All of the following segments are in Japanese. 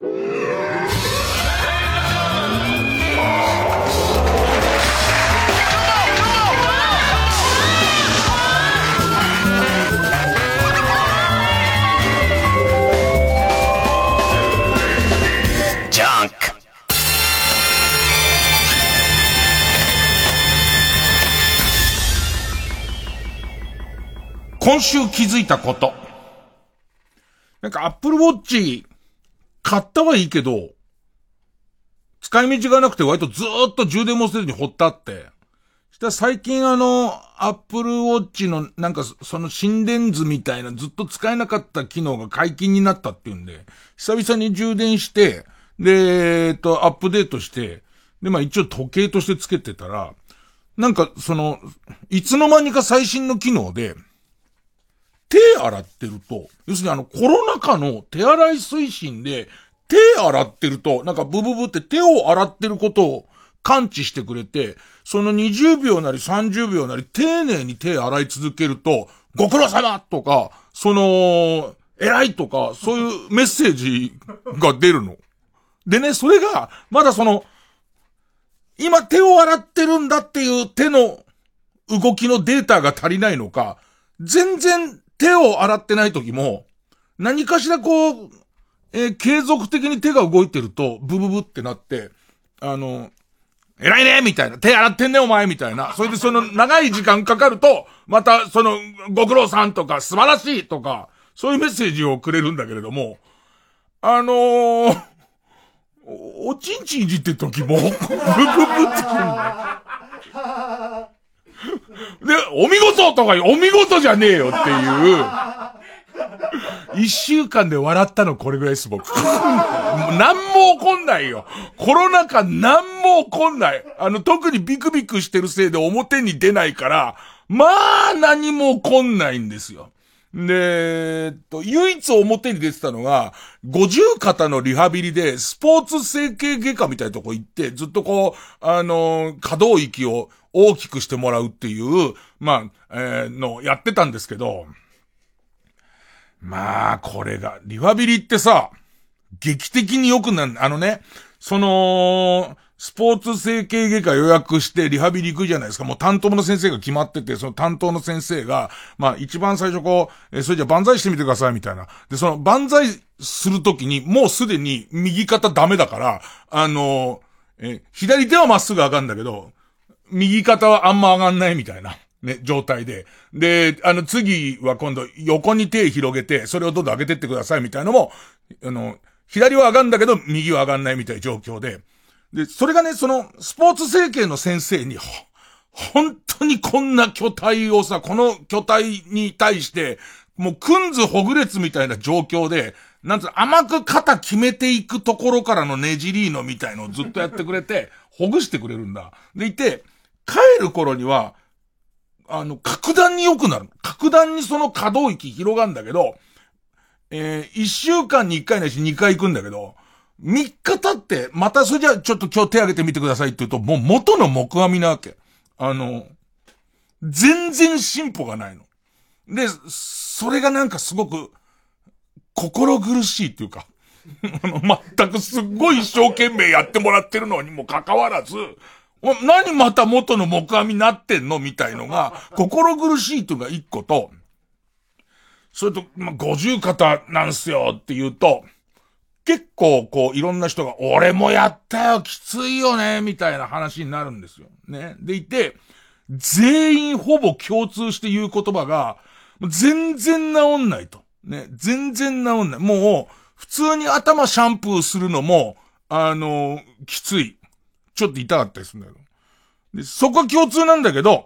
今週気づいたこと。なんか Apple Watch 買ったはいいけど、使い道がなくて割とずーっと充電もせずにほったって。したら最近Apple Watch のなんかその心電図みたいなずっと使えなかった機能が解禁になったっていうんで、久々に充電して、で、アップデートして、で、まあ一応時計としてつけてたら、なんかいつの間にか最新の機能で、手洗ってると、要するにコロナ禍の手洗い推進で、手洗ってると、なんかブブブって手を洗ってることを感知してくれて、その20秒なり30秒なり丁寧に手洗い続けると、ご苦労様とか、偉いとか、そういうメッセージが出るの。でね、それが、まだ今手を洗ってるんだっていう手の動きのデータが足りないのか、全然手を洗ってない時も、何かしら継続的に手が動いてると、ブブブってなって、偉いねみたいな、手洗ってんねお前みたいな、それで長い時間かかると、またご苦労さんとか、素晴らしいとか、そういうメッセージをくれるんだけれども、おちんちんいじってる時も、ブブブってくるんだよ。で、お見事とかお見事じゃねえよっていう、一週間で笑ったのこれぐらいです、僕。なんも起こんないよ。コロナ禍なんも起こんない。特にビクビクしてるせいで表に出ないから、まあ何も起こんないんですよ。で、唯一表に出てたのが、五十肩のリハビリで、スポーツ整形外科みたいなとこ行って、ずっと可動域を大きくしてもらうっていう、のやってたんですけど、まあ、これが、リハビリってさ、劇的に良くなる、スポーツ整形外科予約してリハビリ行くじゃないですか。もう担当の先生が決まってて、その担当の先生が、一番最初それじゃ万歳してみてくださいみたいな。で、万歳するときに、もうすでに右肩ダメだから、左手はまっすぐ上がるんだけど、右肩はあんま上がんないみたいな。ね、状態で。で、次は今度横に手広げて、それをどんどん上げてってくださいみたいなのも、左は上がるんだけど、右は上がんないみたいな状況で。で、それがね、スポーツ整形の先生に、本当にこんな巨体をさ、この巨体に対して、もう、くんずほぐれつみたいな状況で、甘く肩決めていくところからのねじりーのみたいのをずっとやってくれて、ほぐしてくれるんだ。でいて、帰る頃には、格段に良くなる。格段に可動域広がるんだけど、1週間に1回ないし2回行くんだけど、3日経って、またそれじゃあちょっと今日手挙げてみてくださいって言うと、もう元の木阿弥なわけ。全然進歩がないの。で、それがなんかすごく、心苦しいっていうか、全くすっごい一生懸命やってもらってるのにもかかわらず、何また元の木阿弥になってんのみたいのが、心苦しいというのが一個と、それと、50肩なんすよって言うと、結構いろんな人が、俺もやったよ、きついよね、みたいな話になるんですよ。ね。でいて、全員ほぼ共通して言う言葉が、全然治んないと。ね。全然治んない。もう、普通に頭シャンプーするのも、きつい。ちょっと痛かったりするんだけど。で、そこは共通なんだけど、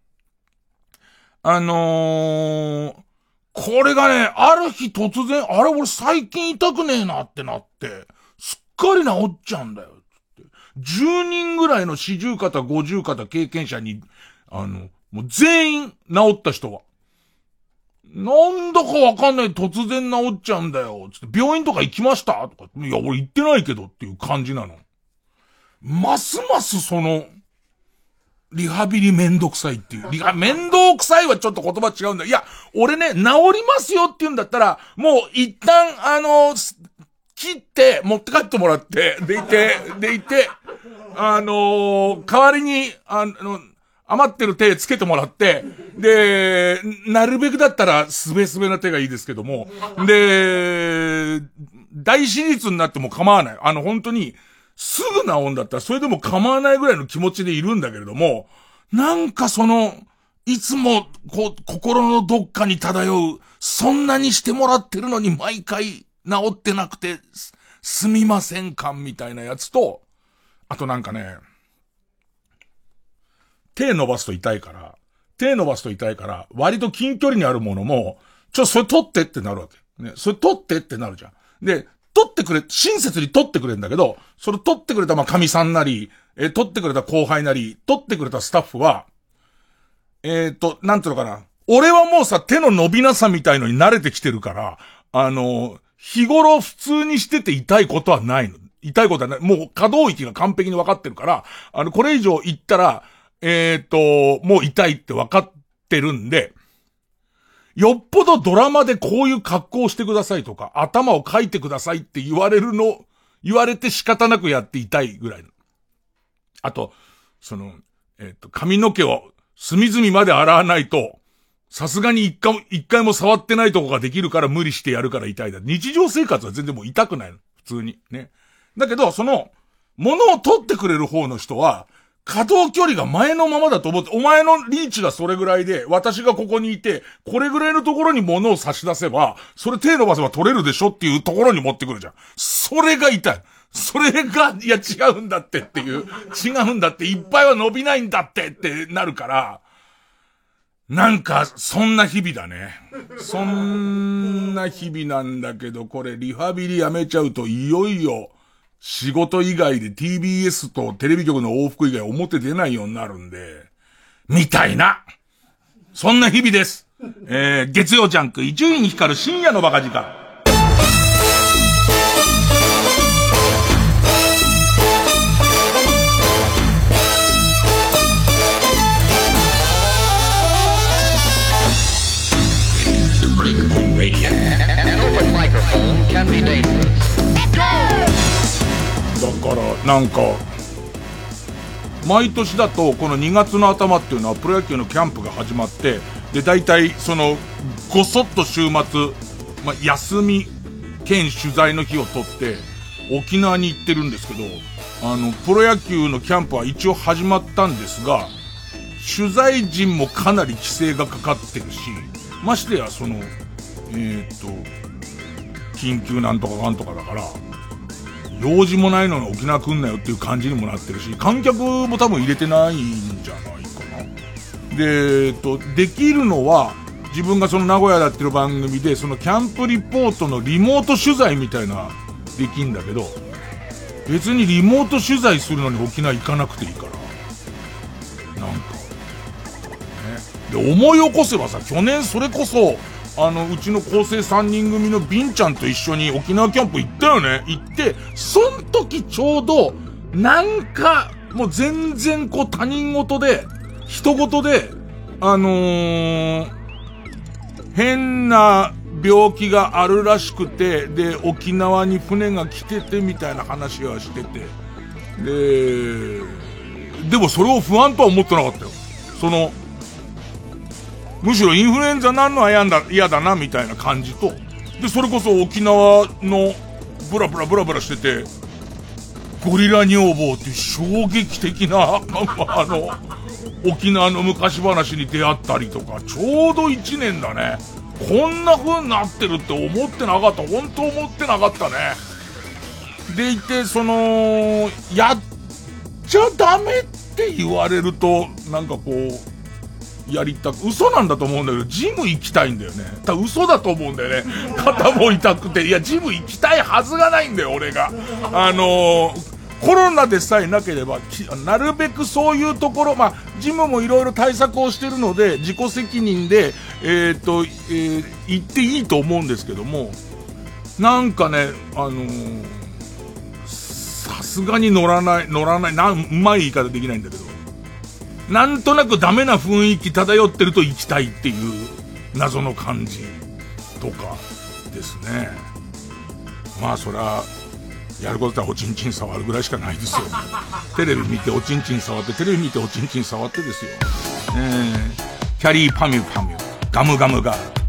これがね、ある日突然、あれ俺最近痛くねえなってなって、すっかり治っちゃうんだよ、つって。10人ぐらいの40肩、50肩経験者に、もう全員治った人は。なんだかわかんない突然治っちゃうんだよ、つって。病院とか行きましたとか。いや、俺行ってないけどっていう感じなの。ますますリハビリめんどくさいっていう。めんどくさいはちょっと言葉違うんだよ。いや、俺ね、治りますよって言うんだったら、もう一旦、 切って持って帰ってもらって、でいて、代わりに、余ってる手つけてもらって、で、なるべくだったらすべすべな手がいいですけども、で、大手術になっても構わない。本当に、すぐ治んだったらそれでも構わないぐらいの気持ちでいるんだけれども、なんかいつも、心のどっかに漂う、そんなにしてもらってるのに毎回治ってなくて、すみません感みたいなやつと、あとなんかね、手伸ばすと痛いから、割と近距離にあるものも、それ取ってってなるわけ。ね。それ取ってってなるじゃん。で、親切に取ってくれんだけど、それ取ってくれた神さんなり、取ってくれた後輩なり、取ってくれたスタッフは、なんていうのかな。俺はもうさ、手の伸びなさみたいのに慣れてきてるから、日頃普通にしてて痛いことはないの。痛いことはない。もう可動域が完璧に分かってるから、これ以上言ったら、もう痛いって分かってるんで、よっぽどドラマでこういう格好をしてくださいとか、頭を描いてくださいって言われて仕方なくやって痛いぐらい。あと、髪の毛を隅々まで洗わないと、さすがに一回も触ってないとこができるから無理してやるから痛いだ。日常生活は全然もう痛くないの。普通に。ね。だけど、物を取ってくれる方の人は、可動距離が前のままだと思って、お前のリーチがそれぐらいで、私がここにいて、これぐらいのところに物を差し出せば、それ手伸ばせば取れるでしょっていうところに持ってくるじゃん。それが痛い。それが、いや違うんだってっていう、違うんだって、いっぱいは伸びないんだってなるから、なんか、そんな日々だね。そんな日々なんだけど、これリハビリやめちゃうといよいよ、仕事以外で TBS とテレビ局の往復以外表出ないようになるんで、みたいな。そんな日々です。月曜ジャンク伊集院光る深夜のバカ時間。だからなんか毎年だとこの2月の頭っていうのはプロ野球のキャンプが始まって、で大体ごそっと週末、休み兼取材の日を取って沖縄に行ってるんですけど、プロ野球のキャンプは一応始まったんですが、取材陣もかなり規制がかかってるし、ましてや緊急なんとかなんとかだから、用事もないのに沖縄来んなよっていう感じにもなってるし、観客も多分入れてないんじゃないかな。で、できるのは、自分が名古屋でやってる番組で、キャンプリポートのリモート取材みたいな、できんだけど、別にリモート取材するのに沖縄行かなくていいから。なんか、ね。で、思い起こせばさ、去年それこそ、うちの構成3人組のビンちゃんと一緒に沖縄キャンプ行ったよね。行って、そん時ちょうど、なんか、もう全然他人事で、人事で、変な病気があるらしくて、で、沖縄に船が来ててみたいな話はしてて。でもそれを不安とは思ってなかったよ。むしろインフルエンザなんのは嫌だなみたいな感じと、でそれこそ沖縄のブラブラしてて、ゴリラ女房っていう衝撃的な沖縄の昔話に出会ったりとか、ちょうど1年だね。こんな風になってるって思ってなかった。本当思ってなかったね。でいてやっちゃダメって言われるとなんか嘘なんだと思うんだけど、ジム行きたいんだよね。嘘だと思うんだよね。肩も痛くて。いや、ジム行きたいはずがないんだよ、俺が。コロナでさえなければ、なるべくそういうところ、ジムもいろいろ対策をしてるので、自己責任で、行っていいと思うんですけども、なんかね、さすがに乗らない、うまい言い方できないんだけど、なんとなくダメな雰囲気漂ってると行きたいっていう謎の感じとかですね。 まあそりゃやることはおちんちん触るぐらいしかないですよ。テレビ見ておちんちん触って、テレビ見ておちんちん触ってですよ。キャリーパミュパミュ、ガムガムガー。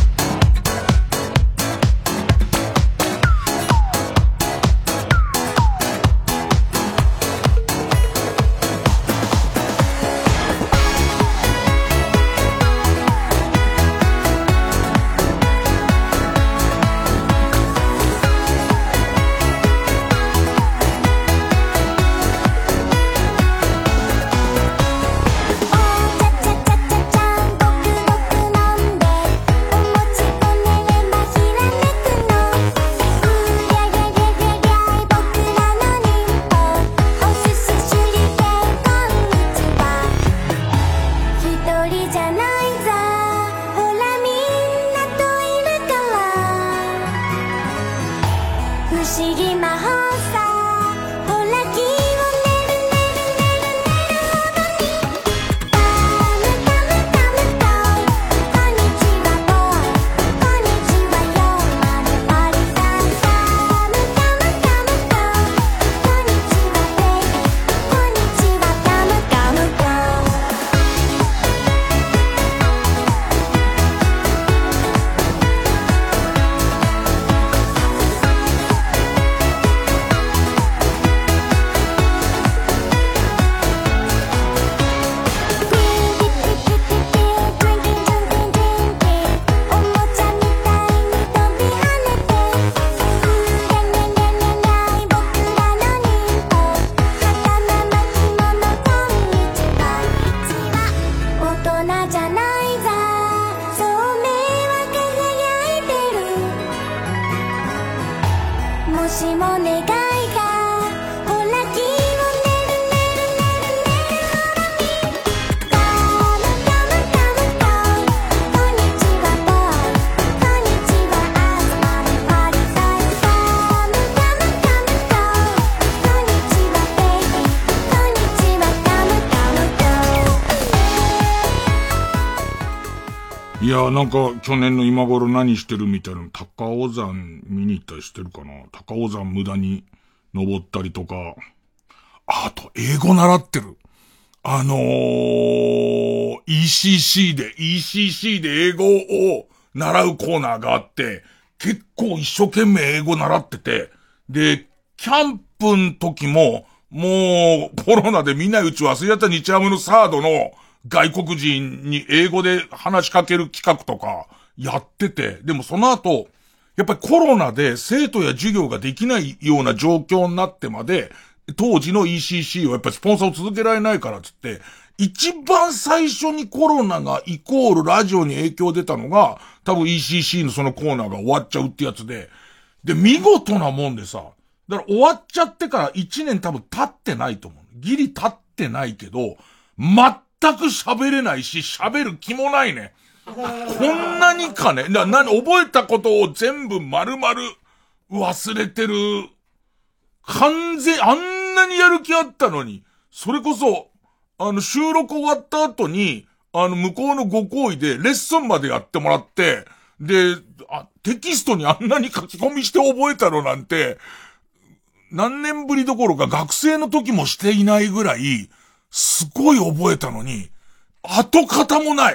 いや、なんか、去年の今頃何してるみたいなの、高尾山見に行ったりしてるかな。高尾山無駄に登ったりとか。あと、英語習ってる。ECC で英語を習うコーナーがあって、結構一生懸命英語習ってて、で、キャンプの時も、もう、コロナでみんなうち忘れちゃった日ハムのサードの、外国人に英語で話しかける企画とかやってて、でもその後、やっぱりコロナで生徒や授業ができないような状況になってまで、当時の ECC はやっぱりスポンサーを続けられないからつって、一番最初にコロナがイコールラジオに影響出たのが、多分 ECC のそのコーナーが終わっちゃうってやつで、で、見事なもんでさ、だから終わっちゃってから1年多分経ってないと思う。ギリ経ってないけど、全く喋れないし、喋る気もないね。こんなにかね。覚えたことを全部丸々忘れてる。あんなにやる気あったのに、それこそ、収録終わった後に、向こうのご好意でレッスンまでやってもらって、で、テキストにあんなに書き込みして覚えたのなんて、何年ぶりどころか学生の時もしていないぐらい、すごい覚えたのに、跡形もない。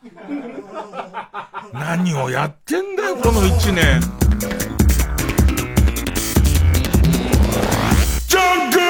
何をやってんだよ、この1年。ジャンク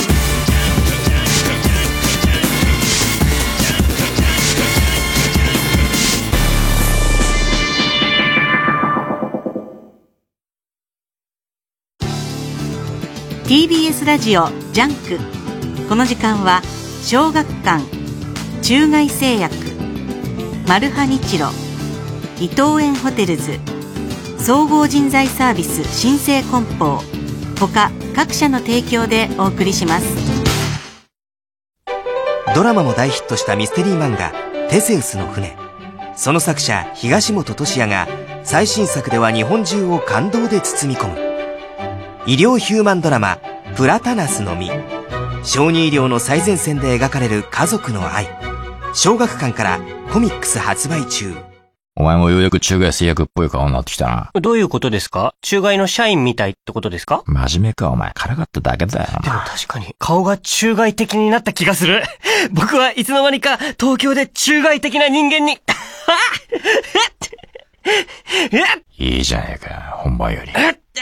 ！TBS ラジオジャンク。この時間は小学館、中外製薬、マルハニチロ、伊東園ホテルズ、総合人材サービス新生梱包他各社の提供でお送りします。 ドラマも大ヒットしたミステリー漫画テセウスの船。その作者東本俊也が最新作では日本中を感動で包み込む医療ヒューマンドラマプラタナスの実。小児医療の最前線で描かれる家族の愛。小学館からコミックス発売中。 お前もようやく中外製薬っぽい顔になってきたな。 どういうことですか？中外の社員みたいってことですか？ 真面目かお前。からかっただけだよ。 でも確かに顔が中外的になった気がする。僕はいつの間にか東京で中外的な人間に。 いいじゃねえか、本番より。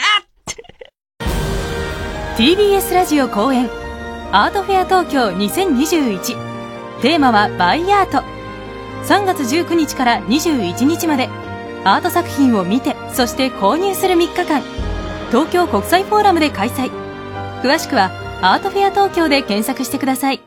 TBS ラジオ公演アートフェア東京2021。テーマはバイアート。3月19日から21日までアート作品を見て、そして購入する3日間、東京国際フォーラムで開催。詳しくはアートフェア東京で検索してください。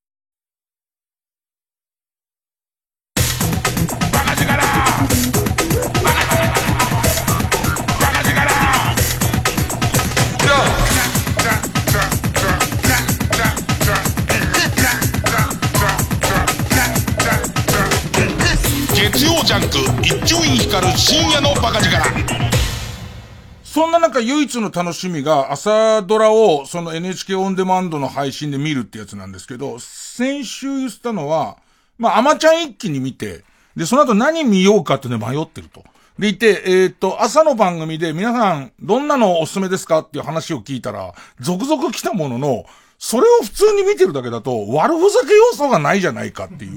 月曜ジャンク一丁院光る深夜のバカ力。そんな中唯一の楽しみが朝ドラをその NHK オンデマンドの配信で見るってやつなんですけど、先週言ったのは、アマちゃん一気に見て、で、その後何見ようかってね迷ってると。でいて、朝の番組で皆さんどんなのおすすめですかっていう話を聞いたら、続々来たものの、それを普通に見てるだけだと悪ふざけ要素がないじゃないかっていう、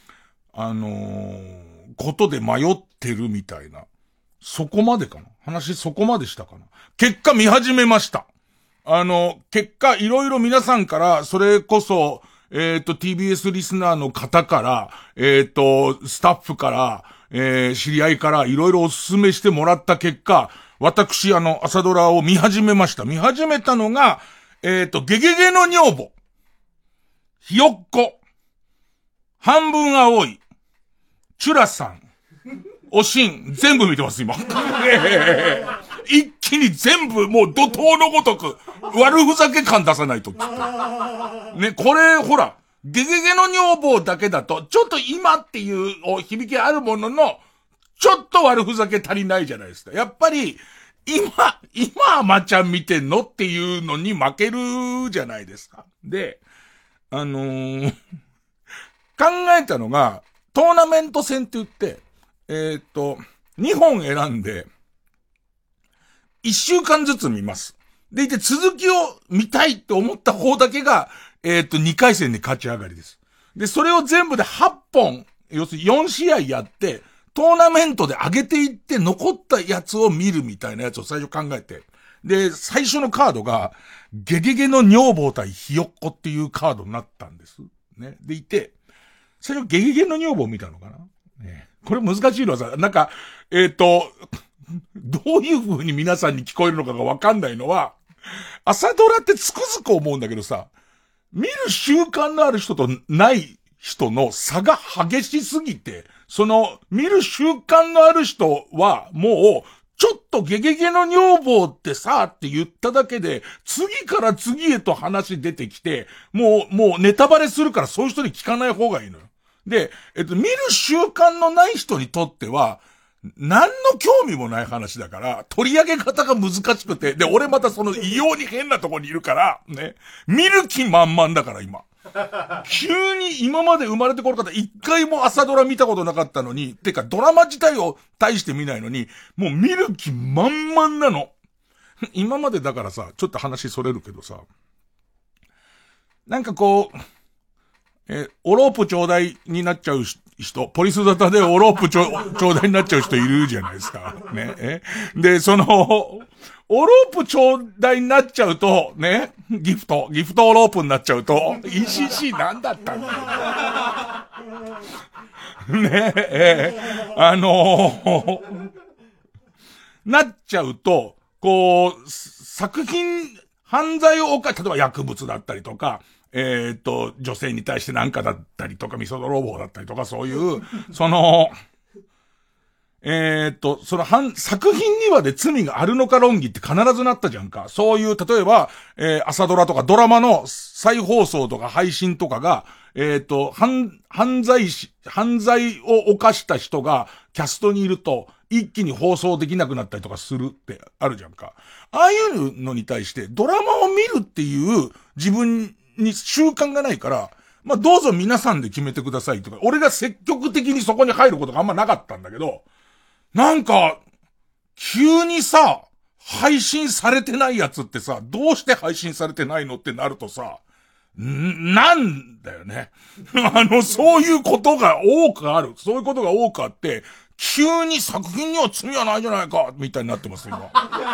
ことで迷ってるみたいな。そこまでかな。話そこまでしたかな。結果見始めました。結果いろいろ皆さんから、それこそ、TBS リスナーの方から、スタッフから、知り合いからいろいろお勧めしてもらった結果、私朝ドラを見始めました。見始めたのが、ゲゲゲの女房、ひよっこ、半分青い、チュラさん、おしん、全部見てます、今。一気に全部、もう怒涛のごとく、悪ふざけ感出さないと。ね、これ、ほら、ゲゲゲの女房だけだと、ちょっと今っていう響きあるものの、ちょっと悪ふざけ足りないじゃないですか。やっぱり、今、アマちゃん見てんのっていうのに負けるじゃないですか。で、考えたのが、トーナメント戦って言って、2本選んで、1週間ずつ見ます。でいて続きを見たいって思った方だけが、2回戦で勝ち上がりです。で、それを全部で8本、要するに4試合やって、トーナメントで上げていって残ったやつを見るみたいなやつを最初考えて。で、最初のカードが、ゲゲゲの女房対ひよっこっていうカードになったんです。ね。でいて、最初ゲゲゲの女房を見たのかな、ね、これ難しいのはさ、なんか、どういう風に皆さんに聞こえるのかがわかんないのは、朝ドラってつくづく思うんだけどさ、見る習慣のある人とない人の差が激しすぎて、その、見る習慣のある人は、もう、ちょっとゲゲゲの女房ってさ、って言っただけで、次から次へと話出てきて、もうネタバレするからそういう人に聞かない方がいいのよ。で、見る習慣のない人にとっては、何の興味もない話だから、取り上げ方が難しくて、で、俺またその異様に変なとこにいるから、ね、見る気満々だから今。急に今まで生まれてこの方一回も朝ドラ見たことなかったのに、てかドラマ自体を大して見ないのに、もう見る気満々なの。今までだからさ、ちょっと話それるけどさ、なんかこう、オロープちょうだいになっちゃう人、ポリス沙汰でオロープちょうだいになっちゃう人いるじゃないですか。ね。で、その、オロープちょうだいになっちゃうと、ね、ギフトオロープになっちゃうと、ECC なんだったんだよ。ね、なっちゃうと、こう、作品、犯罪を例えば薬物だったりとか、女性に対してなんかだったりとか、味噌泥棒だったりとか、そういう、その、作品にはで罪があるのか論議って必ずなったじゃんか。そういう、例えば、朝ドラとかドラマの再放送とか配信とかが、犯罪を犯した人がキャストにいると、一気に放送できなくなったりとかするってあるじゃんか。ああいうのに対して、ドラマを見るっていう自分に習慣がないから、 まあ、どうぞ皆さんで決めてくださいとか、俺が積極的にそこに入ることがあんまなかったんだけど、なんか、急にさ、配信されてないやつってさ、どうして配信されてないのってなるとさ、なんだよね。そういうことが多くある。そういうことが多くあって、急に作品には罪はないじゃないか、みたいになってます、今。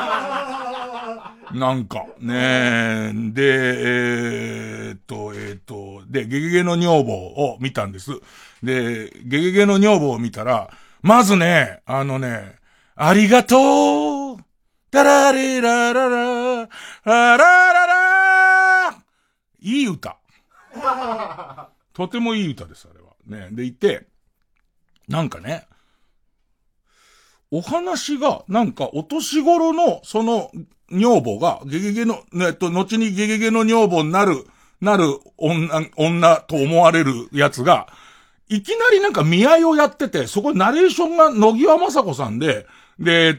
なんか、ねで、で、ゲゲゲの女房を見たんです。で、ゲゲゲの女房を見たら、まずね、ありがとうタラリラララ、ララララいい歌。とてもいい歌です、あれは。ね。でいて、なんかね、お話が、なんか、お年頃の、その、女房が、ゲゲゲの、後にゲゲゲの女房になる女と思われるやつが、いきなりなんか見合いをやってて、そこナレーションが野際雅子さんで、で、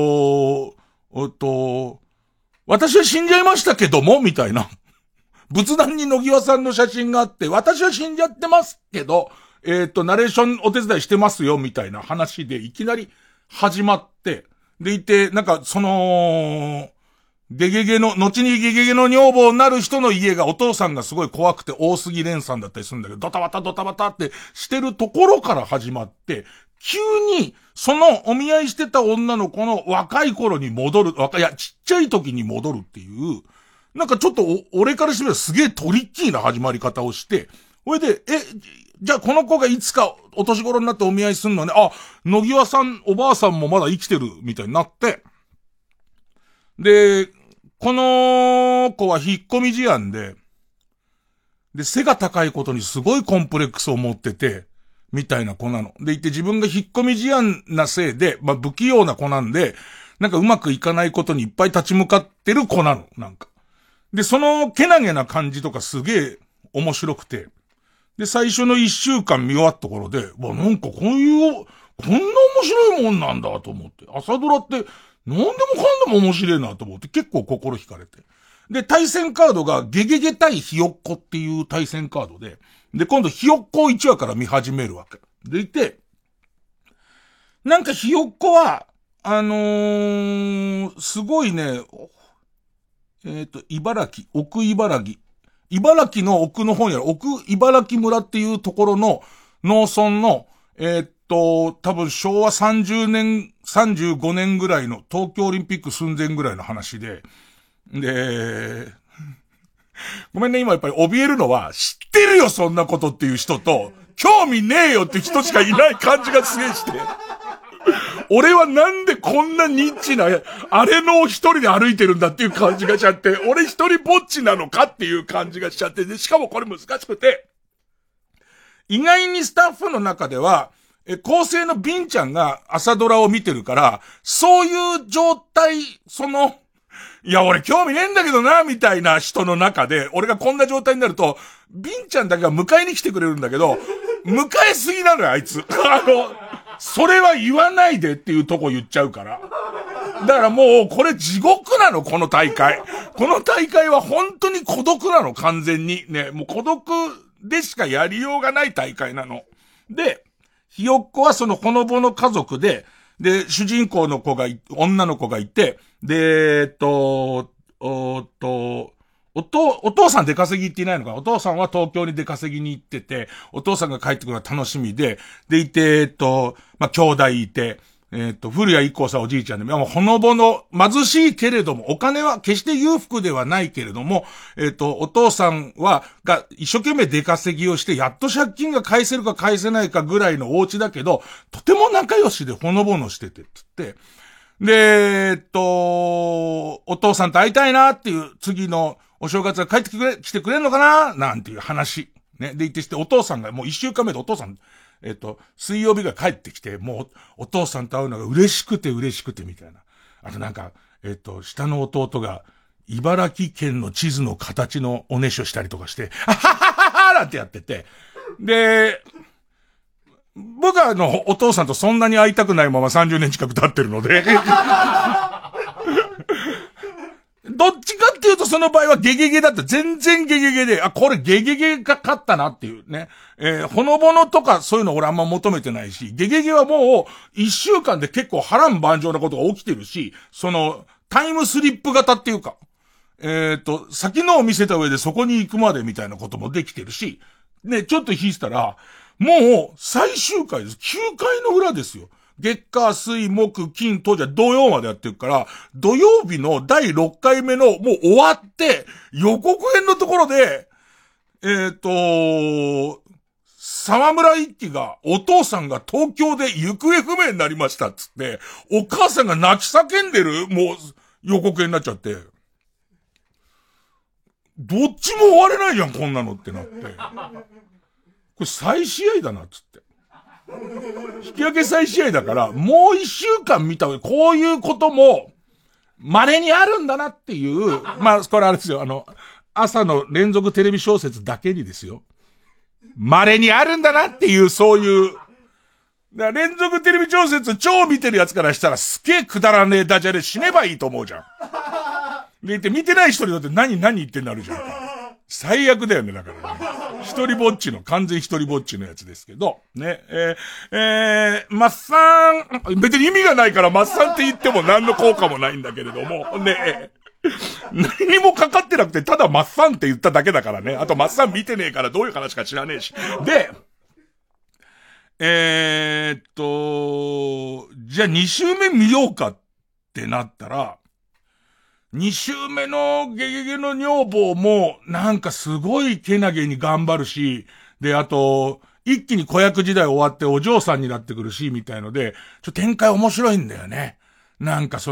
私は死んじゃいましたけども、みたいな。仏壇に野際さんの写真があって、私は死んじゃってますけど、ナレーションお手伝いしてますよ、みたいな話で、いきなり始まって、でいて、なんか、後にゲゲゲの女房になる人の家がお父さんがすごい怖くて大杉蓮さんだったりするんだけど、ドタバタってしてるところから始まって、急に、そのお見合いしてた女の子の若い頃に戻る、ちっちゃい時に戻るっていう、なんかちょっと俺からしてみればすげえトリッキーな始まり方をして、それで、じゃあこの子がいつかお年頃になってお見合いするのね、野際さん、おばあさんもまだ生きてるみたいになって、で、この子は引っ込み思案で、背が高いことにすごいコンプレックスを持ってて、みたいな子なの。でいて自分が引っ込み思案なせいで、不器用な子なんで、なんかうまくいかないことにいっぱい立ち向かってる子なの、なんか。で、そのけなげな感じとかすげえ面白くて。で、最初の1週間見終わったところで、なんかこんな面白いもんなんだと思って。朝ドラって、なんでもかんでも面白いなと思って結構心惹かれて。で、対戦カードがゲゲゲ対ひよっこっていう対戦カードで、で、今度ひよっこを1話から見始めるわけ。でいて、なんかひよっこは、すごいね、茨城の奥の方にある、奥茨城村っていうところの農村の、多分昭和30年、35年ぐらいの東京オリンピック寸前ぐらいの話で、で、ごめんね、今やっぱり怯えるのは、知ってるよ、そんなことっていう人と、興味ねえよって人しかいない感じがすげえして。俺はなんでこんなニッチな、あれの一人で歩いてるんだっていう感じがしちゃって、俺一人ぼっちなのかっていう感じがしちゃって、で、しかもこれ難しくて、意外にスタッフの中では、構成のビンちゃんが朝ドラを見てるから、そういう状態、いや、俺興味ねえんだけどな、みたいな人の中で、俺がこんな状態になると、ビンちゃんだけが迎えに来てくれるんだけど、迎えすぎなのよ、あいつ。それは言わないでっていうとこ言っちゃうから。だからもう、これ地獄なの、この大会。この大会は本当に孤独なの、完全に。ね、もう孤独でしかやりようがない大会なの。で、ひよっこはそのほのぼの家族で、主人公の女の子がいて、で、お父さん出稼ぎ行っていないのかな。お父さんは東京に出稼ぎに行ってて、お父さんが帰ってくるのが楽しみで、でいて、兄弟いて、古谷一行さんおじいちゃんで、ほのぼの、貧しいけれども、お金は決して裕福ではないけれども、お父さんが一生懸命出稼ぎをして、やっと借金が返せるか返せないかぐらいのお家だけど、とても仲良しでほのぼのしてて、つって、で、お父さんと会いたいなっていう、次のお正月が帰ってきてくれんのかななんていう話。ね。で、言ってして、お父さんがもう1週間目でお父さん、水曜日が帰ってきて、もう、お父さんと会うのが嬉しくてみたいな。あとなんか、下の弟が、茨城県の地図の形のおねしょしたりとかして、ははははなんてやってて。で、僕はお父さんとそんなに会いたくないまま30年近く経ってるので。どっちかっていうとその場合はゲゲゲだった。全然ゲゲゲで、これゲゲゲが勝ったなっていうね。ほのぼのとかそういうの俺あんま求めてないし、ゲゲゲはもう一週間で結構波乱万丈なことが起きてるし、タイムスリップ型っていうか、先のを見せた上でそこに行くまでみたいなこともできてるし、ね、ちょっと引いたら、もう最終回です。9回の裏ですよ。月火水木金土じゃ土曜までやってるから、土曜日の第6回目のもう終わって、予告編のところで、沢村一樹がお父さんが東京で行方不明になりましたっつって、お母さんが泣き叫んでるもう予告編になっちゃって、どっちも終われないじゃん、こんなのってなって。これ再試合だなっつって。引き分け再試合だから、もう一週間見た上で、こういうことも、稀にあるんだなっていう、まあ、これあれですよ、朝の連続テレビ小説だけにですよ。稀にあるんだなっていう、そういう、だ連続テレビ小説超見てるやつからしたら、すげえくだらねえダジャレ死ねばいいと思うじゃん。で言って見てない人にだって何言ってんなるじゃんか。最悪だよね、だからね。一人ぼっちの、完全一人ぼっちのやつですけど、ね、マッサン、別に意味がないからマッサンって言っても何の効果もないんだけれども、ね、何にもかかってなくて、ただマッサンって言っただけだからね。あとマッサン見てねえからどういう話か知らねえし。で、じゃあ2週目見ようかってなったら、2週目のゲゲゲの女房もなんかすごいけなげに頑張るし、で、あと、一気に子役時代終わってお嬢さんになってくるし、みたいので、展開面白いんだよね。なんか背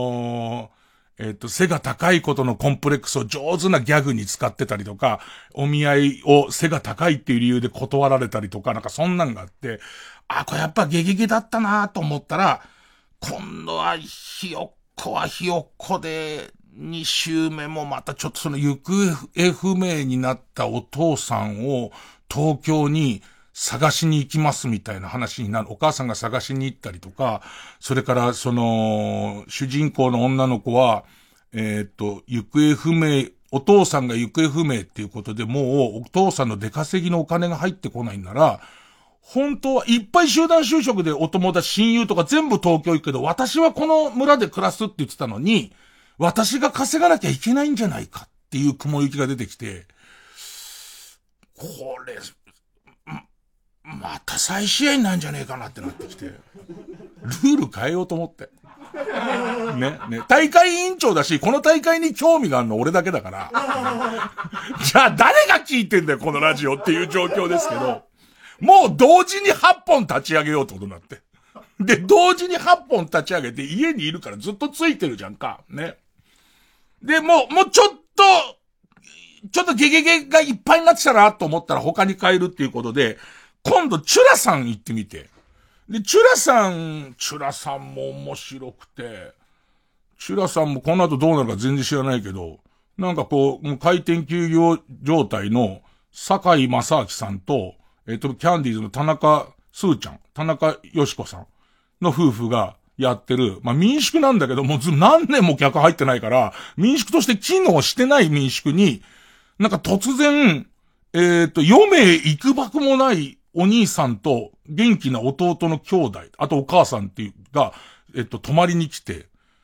が高いことのコンプレックスを上手なギャグに使ってたりとか、お見合いを背が高いっていう理由で断られたりとか、なんかそんなんがあって、これやっぱゲゲゲだったなと思ったら、今度はひよっこはひよっこで、2週目もまたちょっと行方不明になったお父さんを東京に探しに行きますみたいな話になる。お母さんが探しに行ったりとか、それから主人公の女の子は、行方不明、お父さんが行方不明っていうことでもうお父さんの出稼ぎのお金が入ってこないんなら、本当はいっぱい集団就職でお友達、親友とか全部東京行くけど、私はこの村で暮らすって言ってたのに、私が稼がなきゃいけないんじゃないかっていう雲行きが出てきて、これ、また再試合なんじゃねえかなってなってきて、ルール変えようと思って。ね、大会委員長だし、この大会に興味があるの俺だけだから。じゃあ誰が聞いてんだよ、このラジオっていう状況ですけど、もう同時に8本立ち上げようってことになって。で、同時に8本立ち上げて家にいるからずっとついてるじゃんか。ね。で、もうちょっとゲゲゲがいっぱいになってたなと思ったら他に変えるっていうことで、今度チュラさん行ってみて。で、チュラさんも面白くて、チュラさんもこの後どうなるか全然知らないけど、なんかもう開店休業状態の坂井正明さんと、キャンディーズの田中よし子さんの夫婦がやってる、まあ、民宿なんだけど、もう何年も客入ってないから、民宿として機能してない民宿に、なんか突然、余命いくばくもないお兄さんと元気な弟の兄弟、あとお母さんっていうが、泊まりに来て、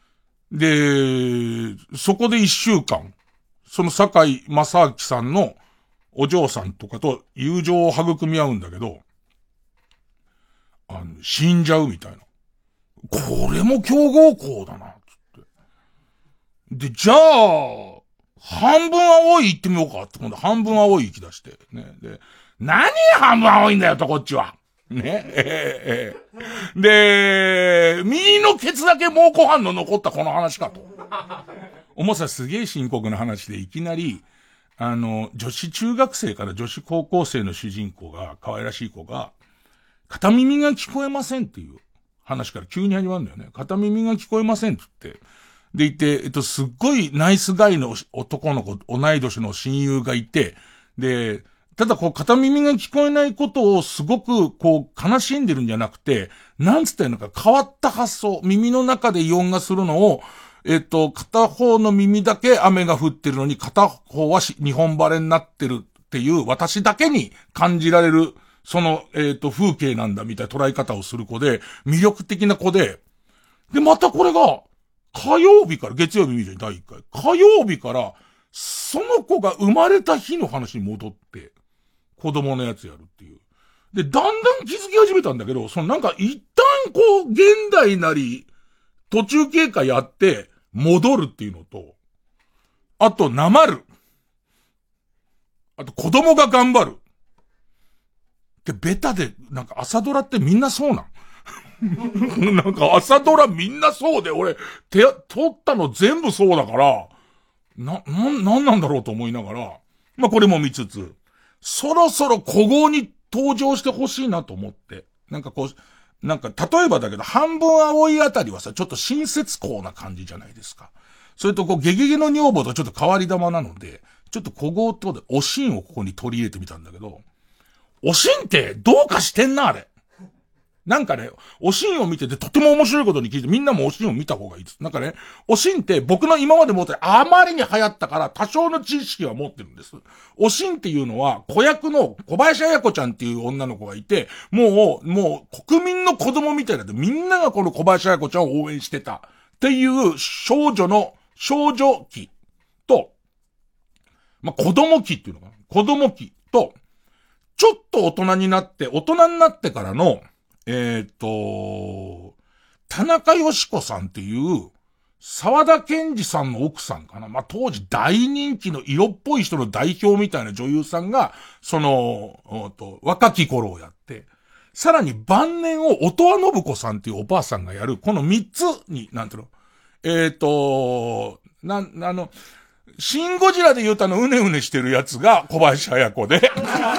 で、そこで1週間、その坂井正明さんのお嬢さんとかと友情を育み合うんだけど、死んじゃうみたいな。これも強豪校だな、つって。で、じゃあ、半分青い行ってみようかって今度半分青い行き出して。ね。で、何半分青いんだよとこっちは。ね。で、右のケツだけ蒙古反応残ったこの話かと。重さすげえ深刻な話でいきなり、女子中学生から女子高校生の主人公が、可愛らしい子が、片耳が聞こえませんっていう話から急に始まるんだよね。片耳が聞こえませんって言って。でいて、すっごいナイスガイの男の子、同い年の親友がいて、で、ただ片耳が聞こえないことをすごく悲しんでるんじゃなくて、なんつったのか変わった発想、耳の中で異音がするのを、 片方の耳だけ雨が降ってるのに片方は日本晴れになってるっていう私だけに感じられる、その、風景なんだみたいな捉え方をする子で、魅力的な子で、で、またこれが、火曜日から、月曜日見るじゃん、第1回。火曜日から、その子が生まれた日の話に戻って、子供のやつやるっていう。で、だんだん気づき始めたんだけど、そのなんか一旦こう、現代なり、途中経過やって、戻るっていうのと、あと、なまる。あと、子供が頑張る。で、ベタで、なんか朝ドラってみんなそうなんなんか朝ドラみんなそうで、俺、撮ったの全部そうだから、なんなんだろうと思いながら、まあ、これも見つつ、そろそろ古豪に登場してほしいなと思って、なんかこう、なんか例えばだけど、半分青いあたりはさ、ちょっと親切校な感じじゃないですか。それとこう、ゲゲゲの女房とちょっと変わり玉なので、ちょっと古豪ってことで、おしんをここに取り入れてみたんだけど、おしんってどうかしてんな、あれ。なんかね、おしんを見ててとても面白いことに聞いて、みんなもおしんを見た方がいいです。なんかね、おしんって僕の今まで持ってるあまりに流行ったから多少の知識は持ってるんです。おしんっていうのは子役の小林彩子ちゃんっていう女の子がいて、もう国民の子供みたいなんでみんながこの小林彩子ちゃんを応援してたっていう少女期と、まあ、子供期っていうのかな。子供期と、ちょっと大人になってからの、田中よし子さんっていう、沢田研二さんの奥さんかな。まあ、当時大人気の色っぽい人の代表みたいな女優さんが、その、若き頃をやって、さらに晩年を音羽信子さんっていうおばあさんがやる、この3つに、なんていうの、シンゴジラで言うとうねうねしてるやつが小林彩子で、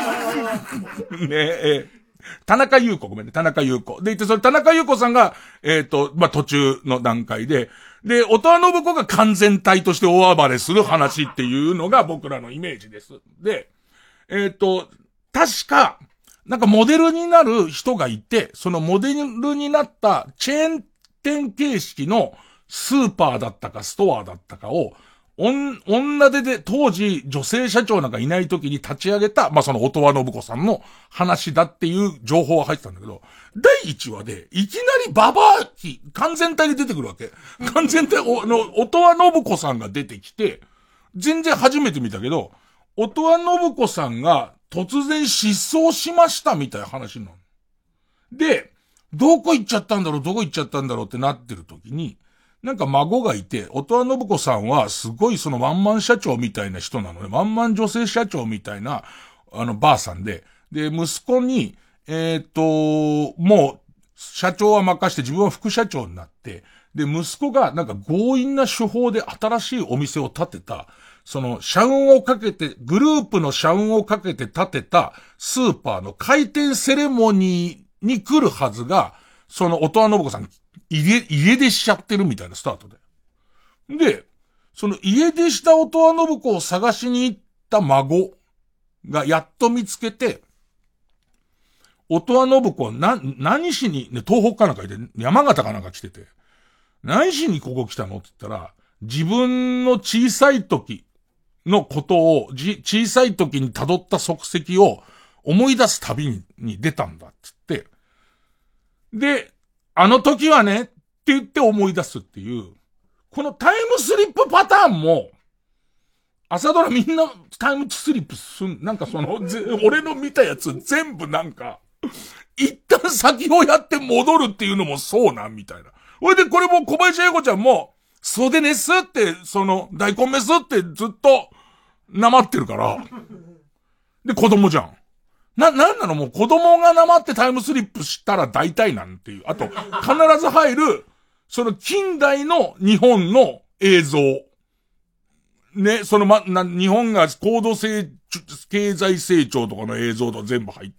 ね田中優子、ごめんね、田中優子。で、それ田中優子さんが、まあ、途中の段階で、で、音羽信子が完全体として大暴れする話っていうのが僕らのイメージです。で、確か、なんかモデルになる人がいて、そのモデルになったチェーン店形式のスーパーだったかストアだったかを、女手で当時女性社長なんかいない時に立ち上げた、まあ、その音羽信子さんの話だっていう情報が入ってたんだけど、第1話でいきなりババアキ、完全体で出てくるわけ。完全体、音羽信子さんが出てきて、全然初めて見たけど、音羽信子さんが突然失踪しましたみたいな話なの。で、どこ行っちゃったんだろうってなってる時に、なんか孫がいて、音羽信子さんはすごいそのワンマン社長みたいな人なのね。ワンマン女性社長みたいな、ばあさんで。で、息子に、もう、社長は任して自分は副社長になって、で、息子がなんか強引な手法で新しいお店を建てた、その、社運をかけて、グループの社運をかけて建てたスーパーの開店セレモニーに来るはずが、その音羽信子さん、家出しちゃってるみたいなスタートで。で、その家出した音羽信子を探しに行った孫がやっと見つけて、音羽信子は何しに、ね、東北かなんかいて、山形かなんか来てて、何しにここ来たのって言ったら、自分の小さい時のことを、小さい時に辿った足跡を思い出す旅に出たんだって言って、で、あの時はね、って言って思い出すっていう、このタイムスリップパターンも、朝ドラみんなタイムスリップなんかその、俺の見たやつ全部なんか、一旦先をやって戻るっていうのもそうなんみたいな。ほいでこれも小林英子ちゃんも、そうでねっすって、その、大根メスってずっと、なまってるから。で、子供じゃん。なんなのもう子供がなまってタイムスリップしたら大体なんていう。あと、必ず入る、その近代の日本の映像。ね、その日本が高度経済成長とかの映像とか全部入って。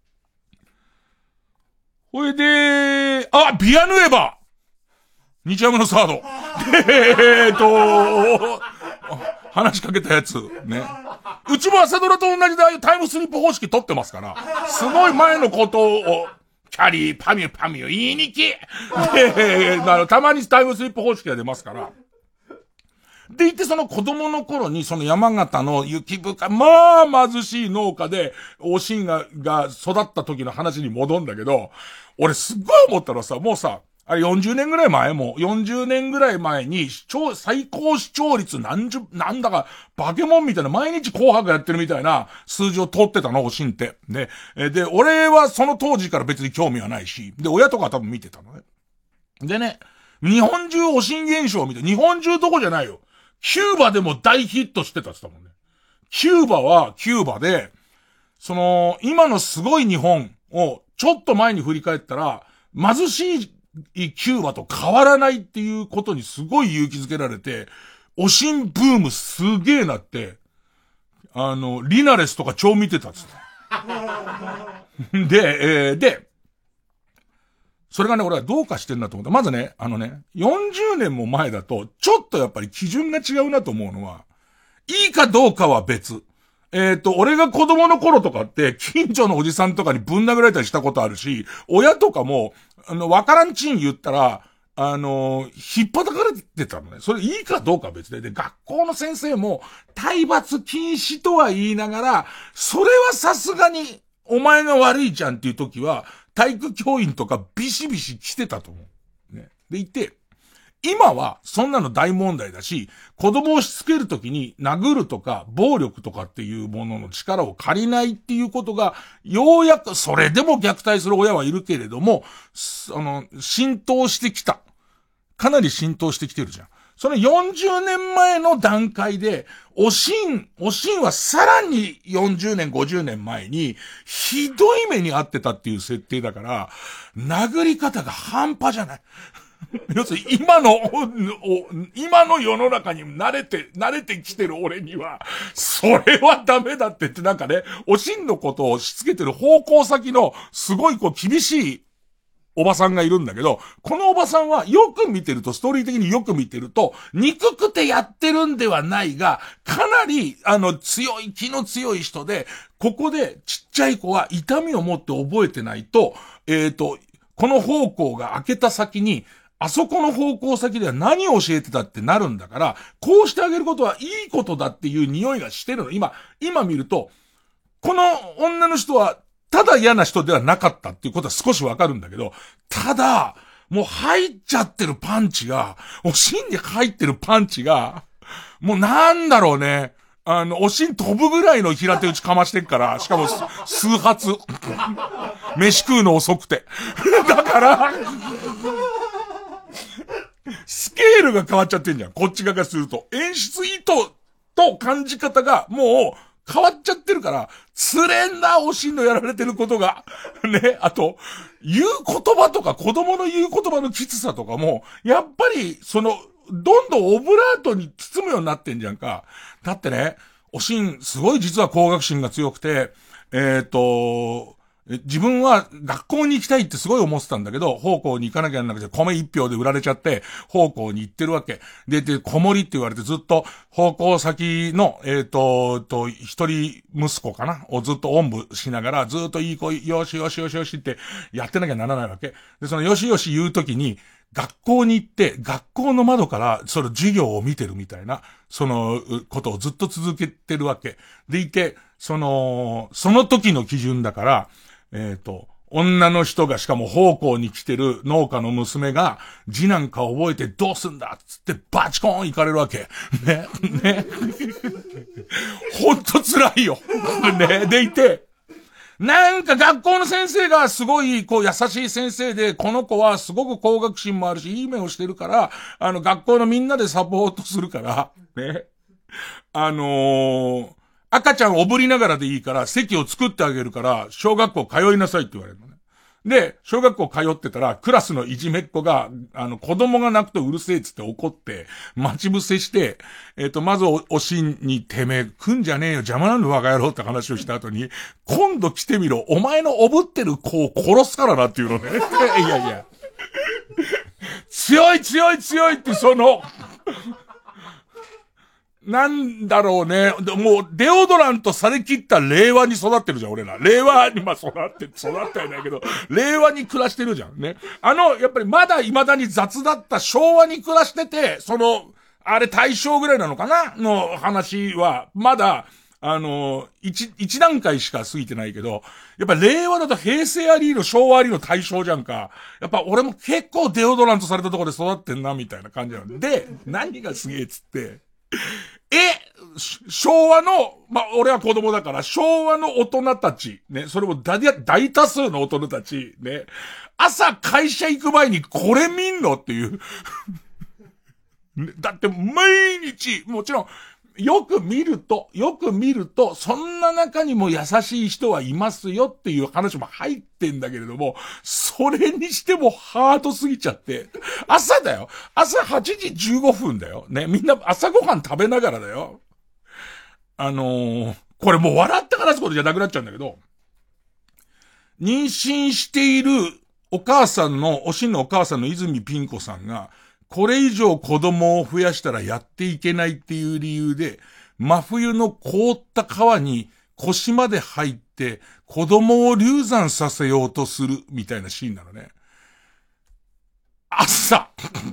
ほいで、ビアヌエバ日ハムのサード。話しかけたやつ。ね。うちも朝ドラと同じでああいうタイムスリップ方式取ってますから、すごい前のことを、キャリー、パミュ、言いにき。たまにタイムスリップ方式が出ますから。 でいてその子供の頃にその山形の雪深い、まあ貧しい農家で、おしんが育った時の話に戻るんだけど、俺すっごい思ったらさ、もうさ、あれ40年ぐらい前も、40年ぐらい前に最高視聴率なんだか、バケモンみたいな毎日紅白やってるみたいな数字を取ってたの、おしんって。で、俺はその当時から別に興味はないし、で、親とか多分見てたのね。でね、日本中おしん現象を見て、日本中どこじゃないよ。キューバでも大ヒットしてたって言ったもんね。キューバはキューバで、今のすごい日本をちょっと前に振り返ったら、貧しいキューバと変わらないっていうことにすごい勇気づけられて、おしんブームすげえなって、リナレスとか超見てたっつって。で、それがね、俺はどうかしてんなと思った。まずね、40年も前だと、ちょっとやっぱり基準が違うなと思うのは、いいかどうかは別。俺が子供の頃とかって、近所のおじさんとかにぶん殴られたりしたことあるし、親とかも、わからんちん言ったら、引っ叩かれてたのね。それいいかどうかは別で。で、学校の先生も、体罰禁止とは言いながら、それはさすがに、お前が悪いじゃんっていう時は、体育教員とかビシビシ来てたと思う。ね。でいて、今はそんなの大問題だし、子供をしつけるときに殴るとか暴力とかっていうものの力を借りないっていうことが、ようやく、それでも虐待する親はいるけれども、浸透してきた。かなり浸透してきてるじゃん。その40年前の段階で、おしんはさらに40年、50年前に、ひどい目に遭ってたっていう設定だから、殴り方が半端じゃない。要するに今の世の中に慣れてきてる俺には、それはダメだって言ってなんかね、おしんのことをしつけてる方向先のすごい厳しいおばさんがいるんだけど、このおばさんはよく見てると、ストーリー的によく見てると、憎くてやってるんではないが、かなり気の強い人で、ここでちっちゃい子は痛みを持って覚えてないと、この方向が開けた先に、あそこの方向先では何を教えてたってなるんだから、こうしてあげることはいいことだっていう匂いがしてるの。今見ると、この女の人は、ただ嫌な人ではなかったっていうことは少しわかるんだけど、ただ、もう入っちゃってるパンチが、おしんに入ってるパンチが、もうなんだろうね。おしん飛ぶぐらいの平手打ちかましてっから、しかも数発。飯食うの遅くて。だから、スケールが変わっちゃってんじゃん。こっち側がすると。演出意図と感じ方がもう変わっちゃってるから、つれんな、おしんのやられてることが。ね。あと、言う言葉とか、子供の言う言葉のきつさとかも、やっぱり、どんどんオブラートに包むようになってんじゃんか。だってね、おしん、すごい実は工学心が強くて、自分は学校に行きたいってすごい思ってたんだけど、奉公に行かなきゃならなくて、米一票で売られちゃって、奉公に行ってるわけ。で、子守って言われてずっと、奉公先の、一人息子かなをずっとおんぶしながら、ずっといい子、よしよしよしよしってやってなきゃならないわけ。で、そのよしよし言うときに、学校に行って、学校の窓から、授業を見てるみたいな、ことをずっと続けてるわけ。でいて、その時の基準だから、女の人がしかも奉公に来てる農家の娘が、字なんか覚えてどうすんだっつってバチコーン行かれるわけ。ね。ほんと辛いよ。ね。でいて、なんか学校の先生がすごい優しい先生で、この子はすごく工学心もあるし、いい目をしてるから、学校のみんなでサポートするから、ね。赤ちゃんをおぶりながらでいいから席を作ってあげるから小学校通いなさいって言われるのね。で、小学校通ってたらクラスのいじめっ子が子供が泣くとうるせえっつって怒って待ち伏せして、まずおしんにてめえ来んじゃねえよ邪魔なんだバカ野郎って話をした後に今度来てみろお前のおぶってる子を殺すからなっていうのね。いや強いってなんだろうね。もう、デオドラントされきった令和に育ってるじゃん、俺ら。令和に、育ってはいないけど、令和に暮らしてるじゃんね。やっぱりまだ未だに雑だった昭和に暮らしてて、 あれ大正ぐらいなのかなの話は、まだ、一段階しか過ぎてないけど、やっぱ令和だと平成ありの昭和ありの大正じゃんか。やっぱ俺も結構デオドラントされたところで育ってんな、みたいな感じなの。で、何がすげえっつって、昭和の、俺は子供だから、昭和の大人たち、ね、それも大多数の大人たち、ね、朝会社行く前にこれ見んのっていう。だって毎日、もちろん、よく見ると、そんな中にも優しい人はいますよっていう話も入ってんだけれども、それにしてもハードすぎちゃって、朝だよ。朝8時15分だよ。ね、みんな朝ごはん食べながらだよ。これもう笑って話すことじゃなくなっちゃうんだけど、妊娠しているお母さんの、おしんのお母さんの泉ピン子さんが、これ以上子供を増やしたらやっていけないっていう理由で、真冬の凍った川に腰まで入って子供を流産させようとするみたいなシーンなのね。朝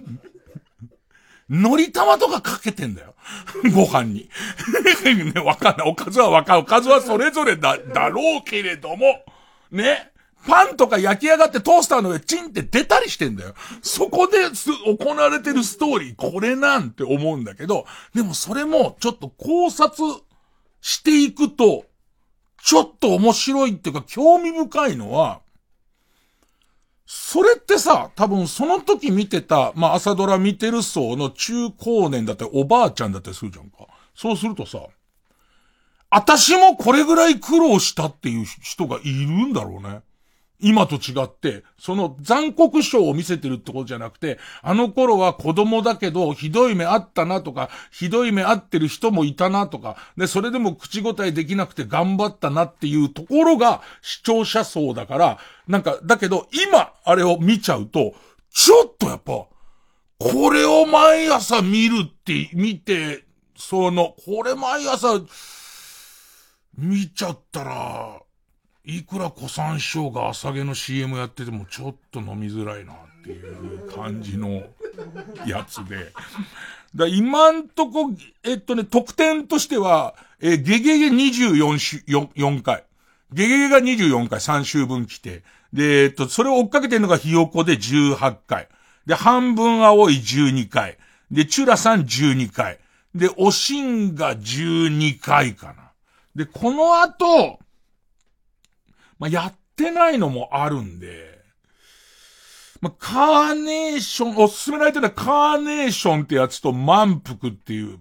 のり玉とかかけてんだよ。ご飯に。ね、わかんない。おかずはそれぞれだろうけれども、ね。パンとか焼き上がってトースターの上チンって出たりしてんだよ。そこで行われてるストーリー、これなんて思うんだけど、でもそれもちょっと考察していくと、ちょっと面白いっていうか興味深いのは、それってさ、多分その時見てた、朝ドラ見てる層の中高年だったりおばあちゃんだったりするじゃんか。そうするとさ、私もこれぐらい苦労したっていう人がいるんだろうね。今と違って、その残酷賞を見せてるってことじゃなくて、あの頃は子供だけどひどい目あったなとか、ひどい目あってる人もいたなとか、で、それでも口答えできなくて頑張ったなっていうところが視聴者層だから、だけど今あれを見ちゃうと、ちょっとやっぱ、これを毎朝見て、これ毎朝見ちゃったら、いくら小山椒が朝毛の CM やっててもちょっと飲みづらいなっていう感じのやつで。今んとこ、得点としては、ゲゲゲ24回。ゲゲゲが24回3週分来て。で、それを追っかけてるのがひよこで18回。で、半分青い12回。で、チュラさん12回。で、おしんが12回かな。で、この後、やってないのもあるんで、カーネーション、おすすめられてるのはカーネーションってやつと満腹っていう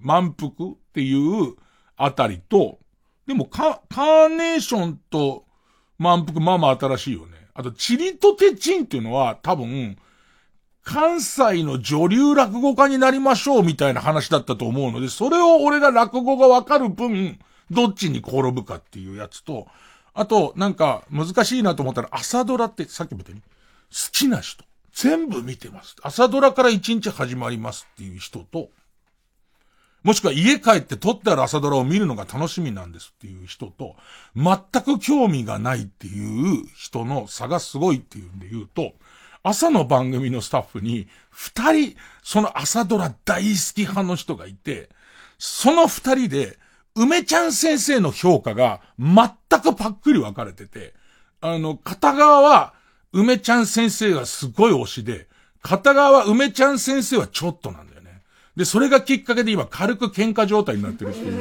あたりと、でもカーネーションと満腹新しいよね。あと、チリとテチンっていうのは多分、関西の女流落語家になりましょうみたいな話だったと思うので、それを俺が落語がわかる分、どっちに転ぶかっていうやつと、あと、難しいなと思ったら、朝ドラって、さっきも言ったように、好きな人、全部見てます。朝ドラから一日始まりますっていう人と、もしくは家帰って撮ってある朝ドラを見るのが楽しみなんですっていう人と、全く興味がないっていう人の差がすごいっていうんで言うと、朝の番組のスタッフに、2人、その朝ドラ大好き派の人がいて、その2人で、梅ちゃん先生の評価が全くパックリ分かれてて、片側は梅ちゃん先生がすごい推しで、片側は梅ちゃん先生はちょっとなんだよね。で、それがきっかけで今軽く喧嘩状態になってるっていう。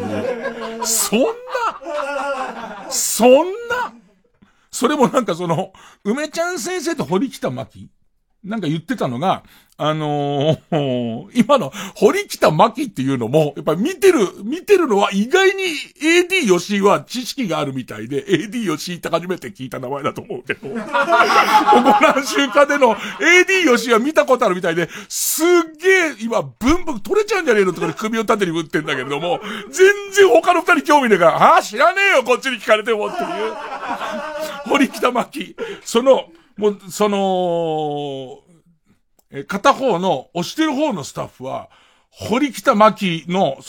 それも梅ちゃん先生と堀北真希言ってたのが、今の、堀北真希っていうのも、やっぱり見てるのは意外に AD 吉井は知識があるみたいで、AD 吉井って初めて聞いた名前だと思うけど、ここ何週かでの AD 吉井は見たことあるみたいで、すっげえ、今、ブンブン取れちゃうんじゃねえのとかで首を縦に打ってんだけれども、全然他の二人興味ねえから、知らねえよ、こっちに聞かれてもっていう。堀北真希。片方の、押してる方のスタッフは、堀北真希の、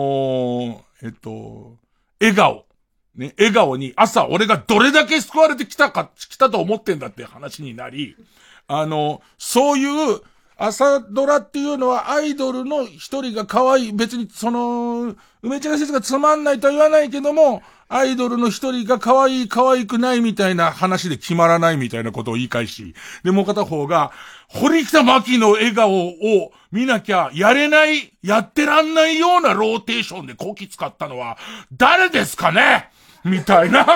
笑顔。ね、笑顔に朝俺がどれだけ救われてきたと思ってんだって話になり、そういう、 朝ドラっていうのはアイドルの一人が可愛い、別に梅ちゃん先生がつまんないとは言わないけども、アイドルの一人が可愛い可愛くないみたいな話で決まらないみたいなことを言い返し、で、もう片方が、堀北真希の笑顔を見なきゃやってらんないようなローテーションでこき使ったのは、誰ですかねみたいな。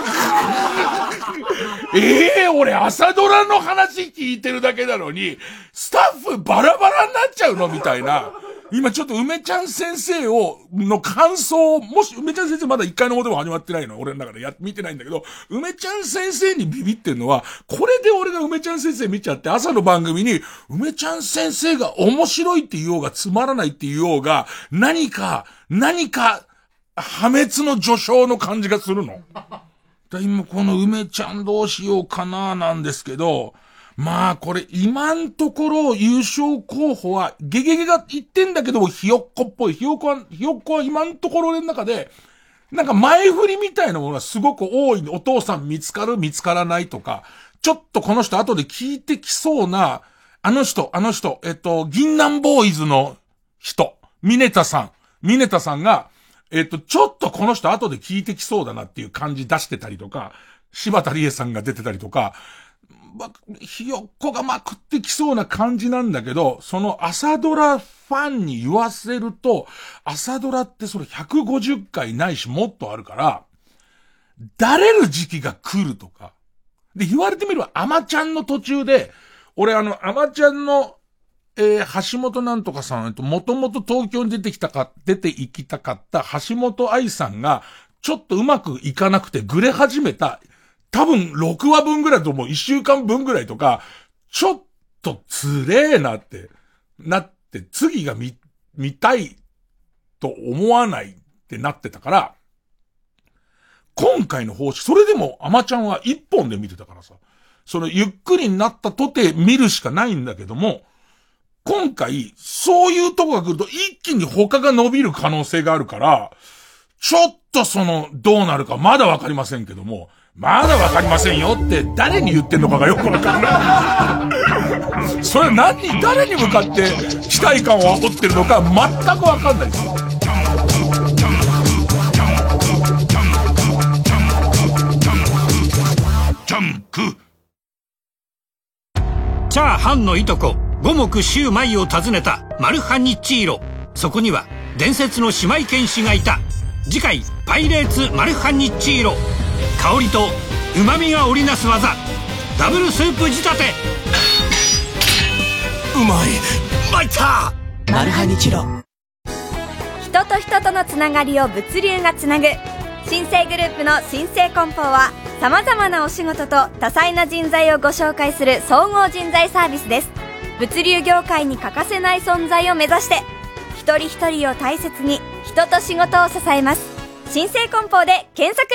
俺朝ドラの話聞いてるだけなのに、スタッフバラバラになっちゃうのみたいな。今ちょっと梅ちゃん先生の感想、もし梅ちゃん先生まだ1回の表も始まってないの、俺の中で見てないんだけど、梅ちゃん先生にビビってんのは、これで俺が梅ちゃん先生見ちゃって朝の番組に、梅ちゃん先生が面白いって言おうがつまらないって言おうが、何か、破滅の序章の感じがするの。今この梅ちゃんどうしようかななんですけど、まあこれ今んところ優勝候補はゲゲゲが言ってんだけどもひよっこっぽい。ひよっこは今んところ俺の中で、なんか前振りみたいなものがすごく多い。お父さん見つからないとか、ちょっとこの人後で聞いてきそうな、あの人、銀杏ボーイズの人、ミネタさんが、ちょっとこの人後で聞いてきそうだなっていう感じ出してたりとか、柴田理恵さんが出てたりとか、ひよっこがまくってきそうな感じなんだけど、その朝ドラファンに言わせると、朝ドラってそれ150回ないしもっとあるから、だれる時期が来るとか。で、言われてみれば、アマちゃんの途中で、俺アマちゃんの、橋本なんとかさん、もともと東京に出て行きたかった橋本愛さんが、ちょっとうまくいかなくてぐれ始めた、多分6話分ぐらいともう1週間分ぐらいとか、ちょっとつれえなってなって、次が見たいと思わないってなってたから、今回の方針、それでもアマちゃんは1本で見てたからさ、そのゆっくりになったとて見るしかないんだけども、今回、そういうとこが来ると一気に他が伸びる可能性があるから、ちょっとどうなるかまだわかりませんけども、まだわかりませんよって誰に言ってんのかがよくわかんない。それ誰に向かって期待感を煽ってるのか全くわかんないです。ジャンク。 チャーハンのいとこ五目シュウマイを訪ねたマルハニチーロ。そこには伝説の姉妹剣士がいた。次回パイレーツマルハニチーロ。香りと旨味が織りなす技、ダブルスープ仕立て。うまい、参ったマルハニチロ。 人と人とのつながりを物流がつなぐ新生グループの新生梱包は、さまざまなお仕事と多彩な人材をご紹介する総合人材サービスです。物流業界に欠かせない存在を目指して、一人一人を大切に人と仕事を支えます。新生梱包で検索。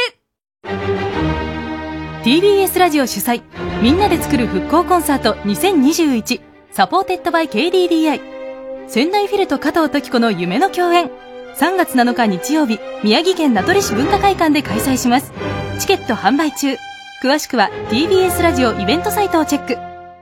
TBS ラジオ主催、みんなで作る復興コンサート2021、サポーテッドバイ KDDI。 仙台フィルと加藤登紀子の夢の共演、3月7日日曜日、宮城県名取市文化会館で開催します。チケット販売中。詳しくは TBS ラジオイベントサイトをチェック。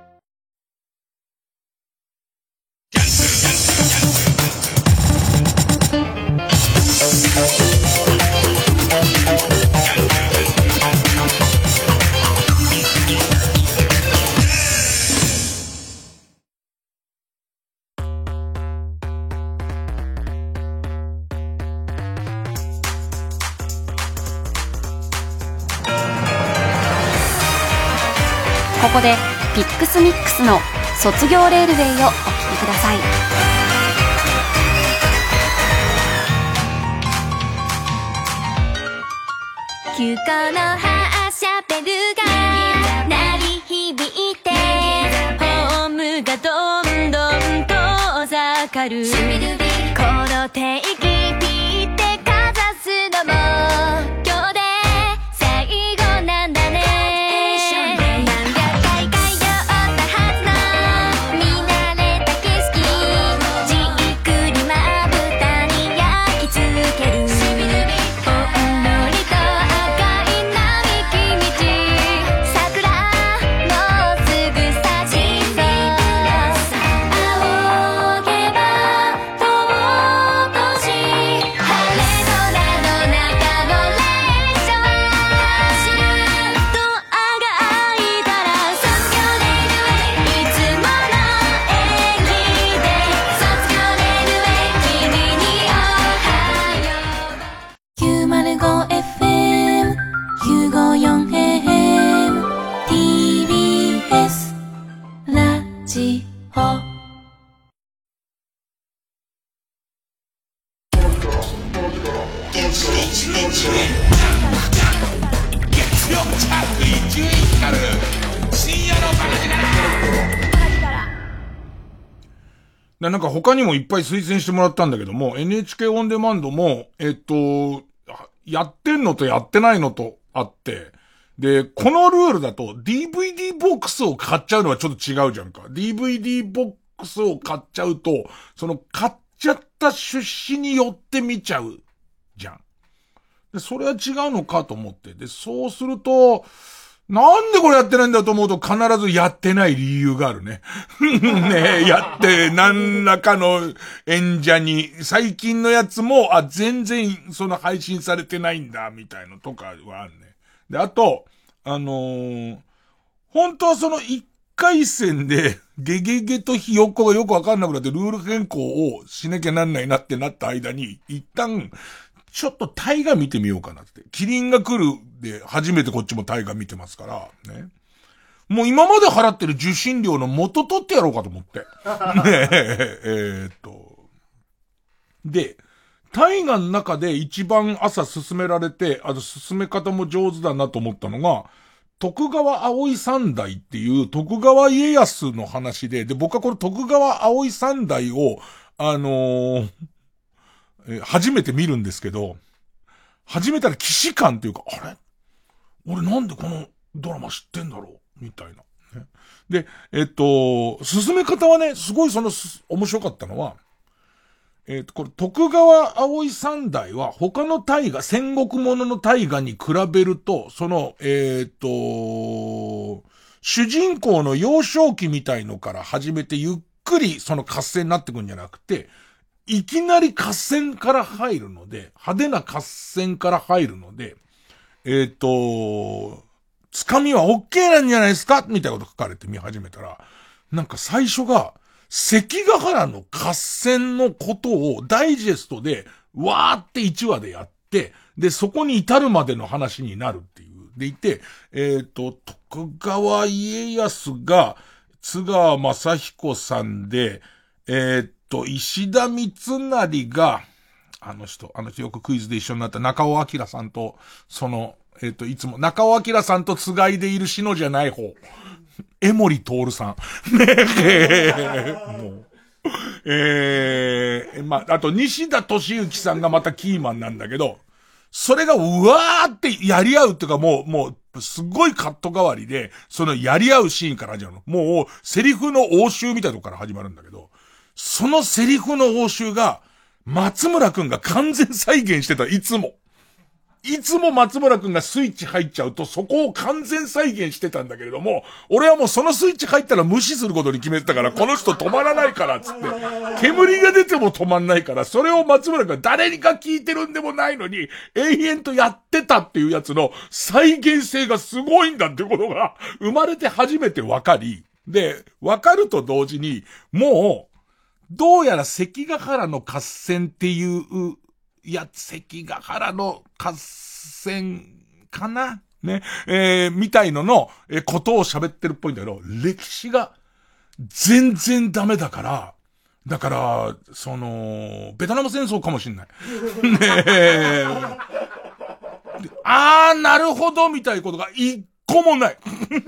ここでピックスミックスの卒業レールウェイをお聴きください。 急行の発車ベルが鳴り響いて、ホームがどんどん遠ざかる。この定義ピってかざすのも今日で最後なんだね。青月曜着衣11から深夜のバカ力。なんか他にもいっぱい推薦してもらったんだけども、NHK オンデマンドも、やってんのとやってないのとあって、で、このルールだと DVD ボックスを買っちゃうのはちょっと違うじゃんか。DVD ボックスを買っちゃうと、その買っちゃった出資によって見ちゃうじゃん。で、それは違うのかと思って。で、そうすると、なんでこれやってないんだと思うと必ずやってない理由があるね。ねえ、やって何らかの演者に、最近のやつも、全然その配信されてないんだ、みたいのとかはあるね。で、あと、本当はその一回戦で、ゲゲゲとひよっこがよくわかんなくなってルール変更をしなきゃなんないなってなった間に、一旦、ちょっと大河見てみようかなって。キリンが来るで、初めてこっちも大河見てますから、ね。もう今まで払ってる受信料の元取ってやろうかと思って。ねで、大河の中で一番朝進められて、進め方も上手だなと思ったのが、徳川葵三代っていう徳川家康の話で、僕はこれ徳川葵三代を、初めて見るんですけど、初めてら既視感っていうか、あれ俺なんでこのドラマ知ってんだろうみたいな、ね。で、進め方はね、すごい面白かったのは、これ徳川葵三代は他の大河、戦国ものの大河に比べると、主人公の幼少期みたいのから始めてゆっくりその合戦になってくんじゃなくて、いきなり合戦から入るので、派手な合戦から入るので、つかみは OK なんじゃないですかみたいなこと書かれて見始めたら、なんか最初が、関ヶ原の合戦のことをダイジェストで、わーって1話でやって、で、そこに至るまでの話になるっていう。でいて、徳川家康が、津川雅彦さんで、石田三成が、あの人よくクイズで一緒になった中尾明さんと、いつも中尾明さんとつがいでいるシノじゃない方。江森徹さん。もう。あと西田敏行さんがまたキーマンなんだけど、それがうわーってやり合うっていうかもう、すごいカット代わりで、そのやり合うシーンから始まるの。もう、セリフの応酬みたいなとこから始まるんだけど、そのセリフの応酬が、松村くんが完全再現してた、いつも松村くんがスイッチ入っちゃうと、そこを完全再現してたんだけれども、俺はもうそのスイッチ入ったら無視することに決めてたから、この人止まらないから、つって。煙が出ても止まんないから、それを松村くんが誰にか聞いてるんでもないのに、永遠とやってたっていうやつの再現性がすごいんだってことが、生まれて初めてわかり、で、わかると同時に、もう、どうやら関ヶ原の合戦っていう、関ヶ原の合戦かなね、みたいのことを喋ってるっぽいんだけど、歴史が全然ダメだから、ベトナム戦争かもしんない。ねなるほど、みたいなことが一個もない。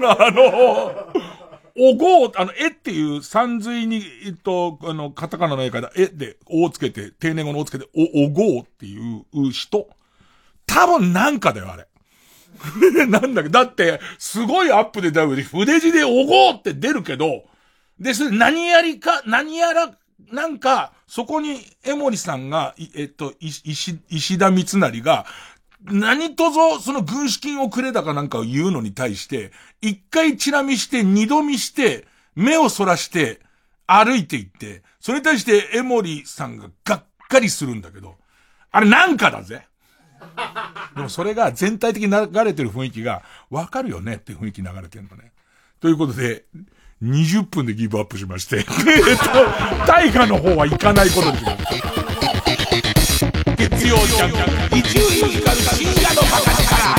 おご絵っていう三髄に、カタカナの絵から絵で、おをつけて、定年後のおつけて、おごっていう人。多分なんかだよ、あれ。なんだけど、だって、すごいアップでだよ、筆字でおごって出るけど、で、それ何やら、なんか、そこに江森さんが、石田三成が、何とぞ、その軍資金をくれだかなんかを言うのに対して、一回チラ見して、二度見して、目をそらして、歩いていって、それに対して江森さんががっかりするんだけど、あれなんかだぜ。でもそれが全体的に流れてる雰囲気が、わかるよねって雰囲気流れてるのね。ということで、20分でギブアップしまして、大河の方は行かないことにします。月曜ジャンク伊集院光深夜のバカ力。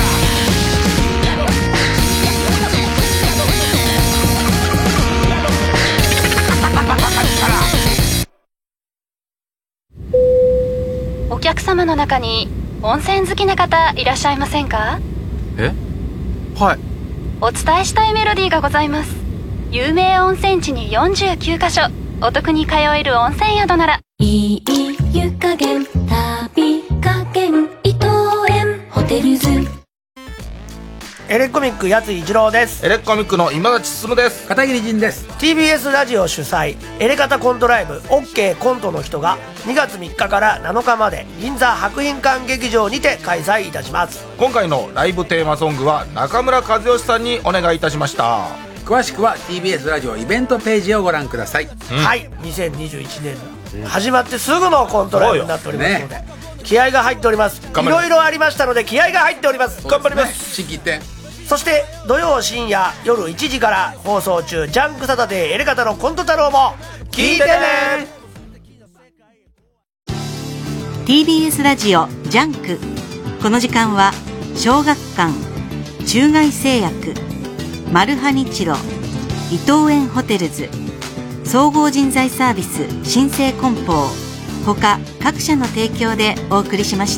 お客様の中に温泉好きな方いらっしゃいませんか？ はい。 お伝えしたいメロディーがございます。有名温泉地に49カ所、お得に通える温泉宿なら、 いい湯加減、旅加減、伊藤園ホテルズ。 エレコミックやつ一郎です。 エレコミックの今立進です。 片桐仁です。 TBS ラジオ主催エレカタコントライブ OK コントの人が2月3日から7日まで銀座博品館劇場にて開催いたします。 今回のライブテーマソングは中村和義さんにお願いいたしました。 詳しくは TBS ラジオイベントページをご覧ください。 はい、2021年始まってすぐのコントライブになっておりますので、気合が入っております。いろいろありましたので気合が入っております。頑張ります。 心機一転。 そして土曜深夜夜1時から放送中ジャンクサタデーエレカタのコント太郎も聞いてね。 TBS ラジオジャンク。この時間は小学館、中外製薬、マルハニチロ、伊藤園ホテルズ、総合人材サービス新生梱包他各社の提供でお送りしました。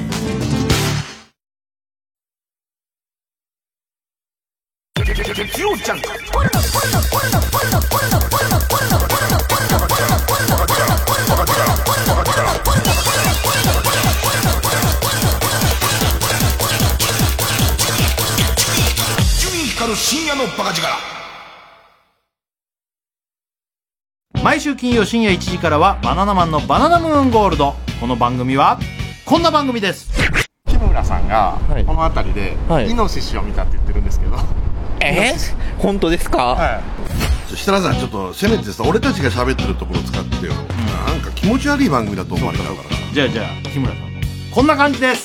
深夜のバカ力。 毎週金曜深夜1時からはバナナマンのバナナムーンゴールド。この番組はこんな番組です。 木村さんがこの辺りでイノシシを見たって言ってるんですけど、 本当ですか？ はい。 設楽さんちょっとせめてさ、俺たちが喋ってるところを使ってよ、なんか気持ち悪い番組だと思われたから。 じゃあ木村さんこんな感じです。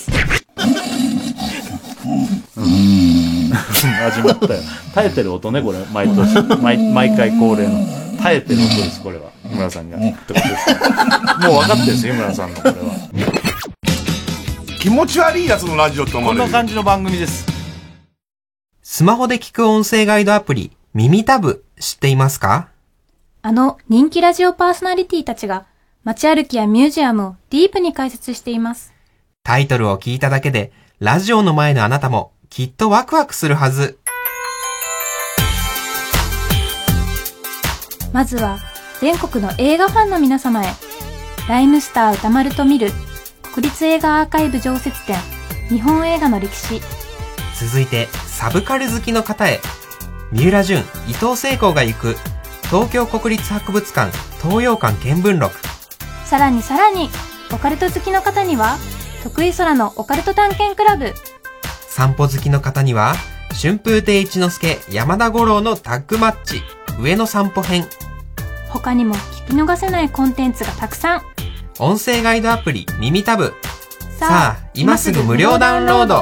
始まったよ。耐えてる音ね、これ毎回恒例の耐えてる音です。これは日村さんがってことですもう分かってるんですよ、日村さんのこれは。 気持ち悪いやつのラジオと思われる。 こんな感じの番組です。 スマホで聞く音声ガイドアプリ耳タブ知っていますか？ 人気ラジオパーソナリティたちが街歩きやミュージアムをディープに解説しています。 タイトルを聞いただけでラジオの前のあなたもきっとワクワクするはず。 まずは全国の映画ファンの皆様へ。ライムスター歌丸と見る国立映画アーカイブ常設展、日本映画の歴史。 続いてサブカル好きの方へ。三浦淳、伊藤聖子が行く東京国立博物館東洋館見聞録。 さらにオカルト好きの方には徳井空のオカルト探検クラブ。 散歩好きの方には春風亭一之輔山田五郎のタッグマッチ上野散歩編。 他にも聞き逃せないコンテンツがたくさん。 音声ガイドアプリ耳タブ、さあ今すぐ無料ダウンロード。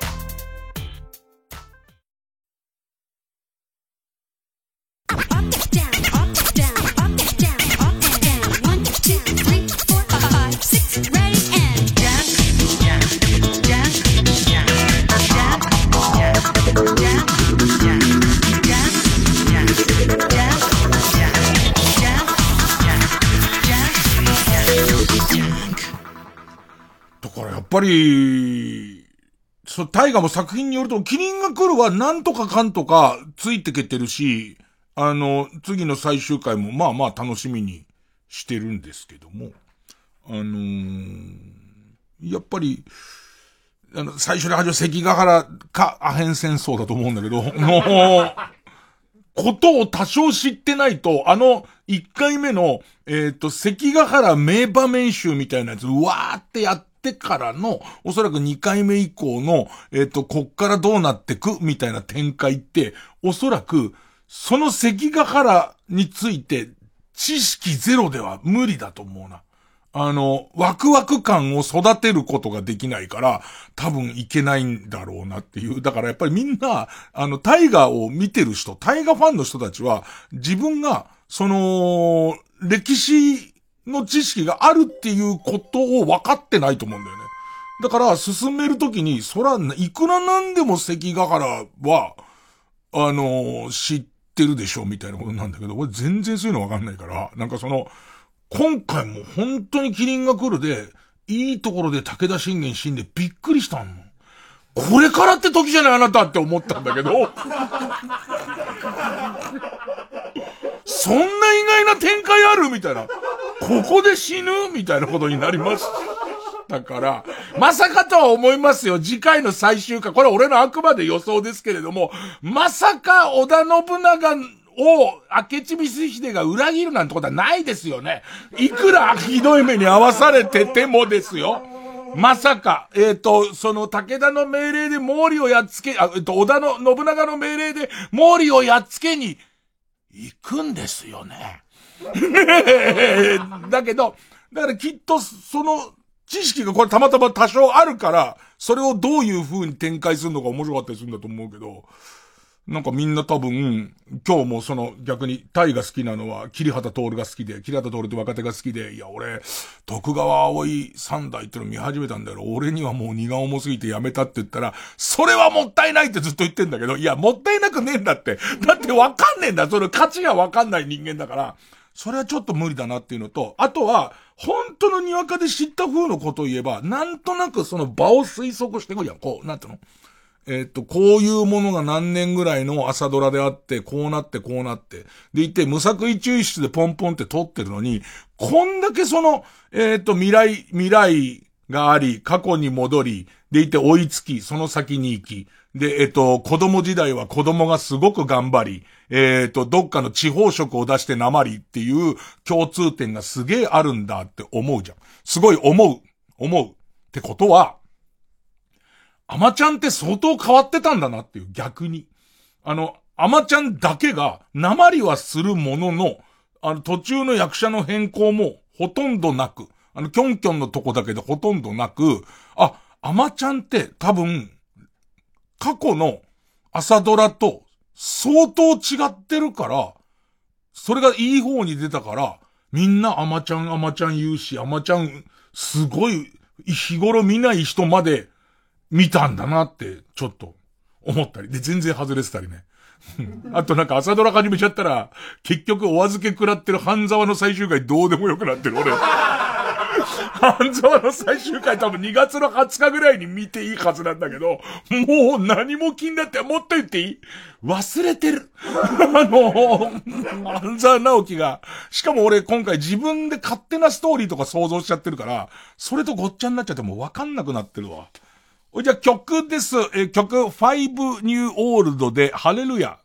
やっぱり、大河も作品によると、キリンが来るはなんとかかんとかついてけてるし、次の最終回もまあまあ楽しみにしてるんですけども、やっぱり、最初に始め関ヶ原かアヘン戦争だと思うんだけど、ことを多少知ってないと、1回目の、関ヶ原名場面集みたいなやつ、うわーってやってからの、おそらく2回目以降の、こっからどうなってくみたいな展開って、おそらく、その関ヶ原について、知識ゼロでは無理だと思うな。ワクワク感を育てることができないから、多分いけないんだろうなっていう。だからやっぱりみんな、大河を見てる人、大河ファンの人たちは、自分が、歴史の知識があるっていうことを分かってないと思うんだよね。だから進めるときに、いくらなんでも関ヶ原は、知ってるでしょみたいなことなんだけど、俺全然そういうの分かんないから、今回も本当にキリンが来るで、 いいところで武田信玄死んでびっくりしたの。これからって時じゃないあなたって思ったんだけど。そんな意外な展開あるみたいな。ここで死ぬみたいなことになりました。だから、まさかとは思いますよ。次回の最終回。これは俺のあくまで予想ですけれども、まさか織田信長を明智光秀が裏切るなんてことはないですよね。いくらひどい目に遭わされててもですよ。まさか、その武田の命令で毛利をやっつけ、織田の信長の命令で毛利をやっつけに行くんですよね。だからきっとその知識がこれたまたま多少あるから、それをどういう風に展開するのが面白かったりするんだと思うけど、なんかみんな多分、今日もその逆にタイが好きなのは桐畑徹が好きで、桐畑徹って若手が好きで、いや俺、徳川葵三代っての見始めたんだよ。俺にはもう荷が重すぎてやめたって言ったら、それはもったいないってずっと言ってんだけど、いやもったいなくねえんだって。だってわかんねえんだ。その価値がわかんない人間だから、それはちょっと無理だなっていうのと、あとは、本当のにわかで知った風のことを言えば、なんとなくその場を推測してくるやん。こう、なんていうの？こういうものが何年ぐらいの朝ドラであって、こうなって、こうなって。でいて、無作為抽出でポンポンって撮ってるのに、こんだけその、未来があり、過去に戻り、でいて追いつき、その先に行き。で、子供時代は子供がすごく頑張り、どっかの地方食を出してなまりっていう共通点がすげえあるんだって思うじゃん。すごい思う。ってことは、アマちゃんって相当変わってたんだなっていう、逆に。アマちゃんだけが、なまりはするものの、途中の役者の変更もほとんどなく、キョンキョンのとこだけでほとんどなく、アマちゃんって多分、過去の朝ドラと相当違ってるから、それがいい方に出たから、みんなアマちゃん言うし、アマちゃん、すごい、日頃見ない人まで、見たんだなって、ちょっと、思ったり。で、全然外れてたりね。あとなんか朝ドラ始めちゃったら、結局お預け食らってる半沢の最終回どうでもよくなってる、俺。半沢の最終回多分2月の20日ぐらいに見ていいはずなんだけど、もう何も気になって、もっと言っていい？忘れてる。半沢直樹が、しかも俺今回自分で勝手なストーリーとか想像しちゃってるから、それとごっちゃになっちゃってもうわかんなくなってるわ。じゃあ曲です。曲5ニューオールドでハレルヤ。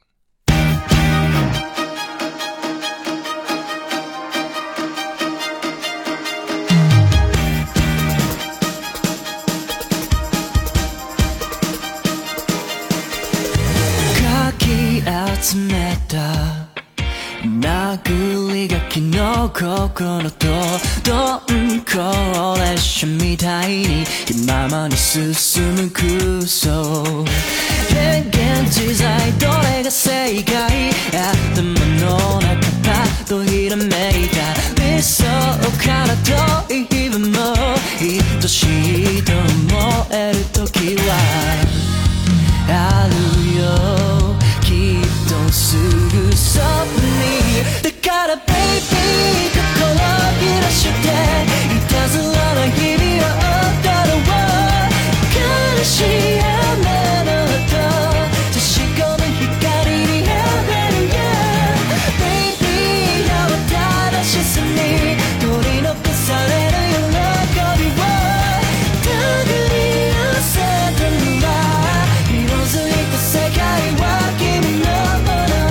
かき集めた殴り書きの心と鈍行列車みたいに気ままに進む空想変幻自在どれが正解頭の中パッとひらめいた理想から遠い日々も愛しいと思える時はあるよきっとすぐそばにだからベイビー心を揺らしていたずらな日々を踊ろう悲しい雨の後差し込む光にあふれるよベイビーよ正しさに取り残される喜びを手繰り寄せたんだ色づいた世界は君のもの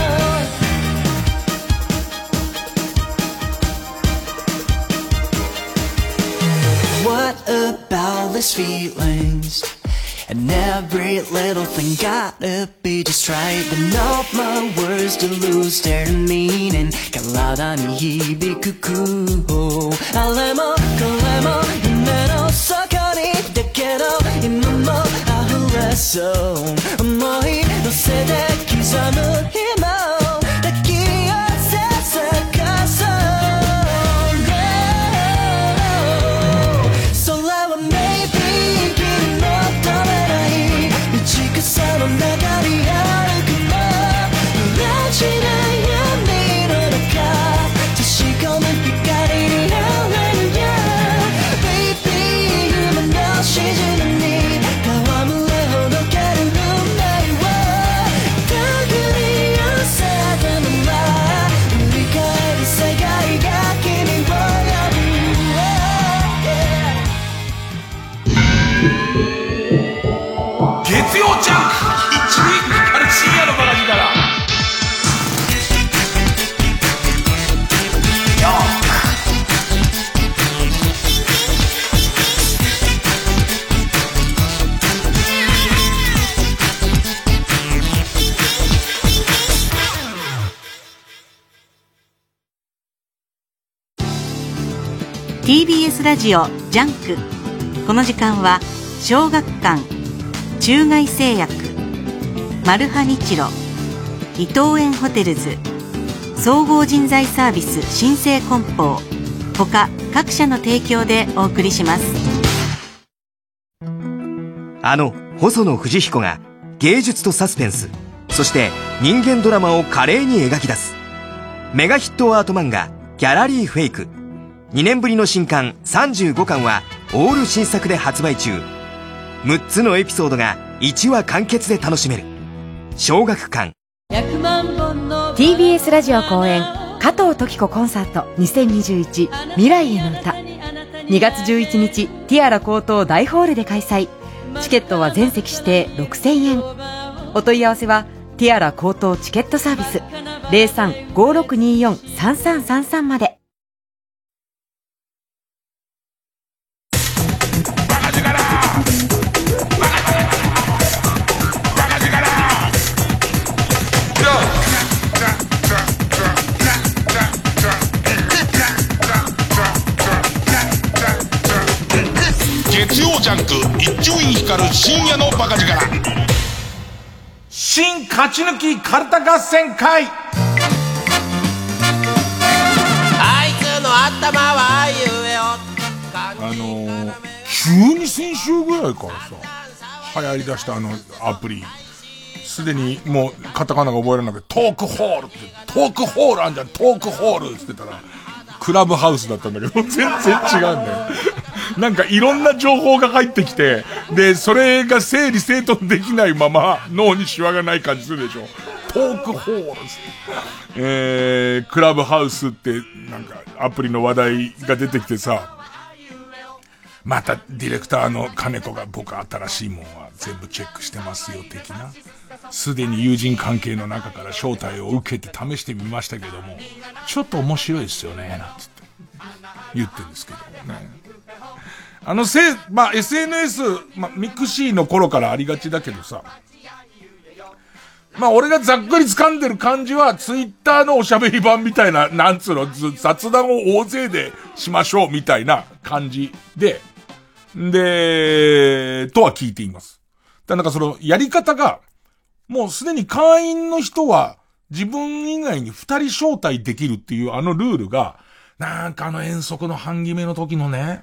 What about these feelings? And every little thing gotta be just right But not my words to lose their meaning 体に響く空砲あれもこれも夢の底にだけど今も溢れそう思い乗せて刻む日も抱き寄せ咲かそうその中にある雲裏地ない闇の中差し込む光にあふれるよ Baby TBS ラジオジャンク。この時間は小学館、中外製薬、マルハニチロ、伊東園ホテルズ、総合人材サービス新生梱包他各社の提供でお送りします。 細野富士彦が芸術とサスペンス、そして人間ドラマを華麗に描き出すメガヒットアート漫画ギャラリーフェイク。2年ぶりの新刊35巻はオール新作で発売中。6つのエピソードが1話完結で楽しめる小学館。 TBS ラジオ公演加藤登紀子コンサート2021未来への歌、2月11日ティアラ高等大ホールで開催。チケットは全席指定6000円。お問い合わせはティアラ高等チケットサービス 03-5624-3333 まで。 月曜ジャンク一丁院光る深夜のバカ力、新勝ち抜きカルタ合戦会。 あいつの頭はゆえよ。 急に先週ぐらいからさ流行り出したアプリ、すでにもうカタカナが覚えられなくてトークホールって、トークホールあんじゃん、トークホールって言ってたらクラブハウスだったんだけど全然違うんだよ。なんかいろんな情報が入ってきて、でそれが整理整頓できないまま脳にシワがない感じするでしょ。トークホール、クラブハウスってなんかアプリの話題が出てきてさ、またディレクターの金子が僕新しいもんは全部チェックしてますよ的な、すでに友人関係の中から招待を受けて試してみましたけどもちょっと面白いですよねなんつって言ってるんですけどね。SNS、ミクシーの頃からありがちだけどさ、俺がざっくり掴んでる感じはツイッターのおしゃべり版みたいな、なんつうの、雑談を大勢でしましょうみたいな感じで、とは聞いています。なんかそのやり方が、もうすでに会員の人は自分以外に2人招待できるっていうルールが、なんか遠足の半決めの時のね、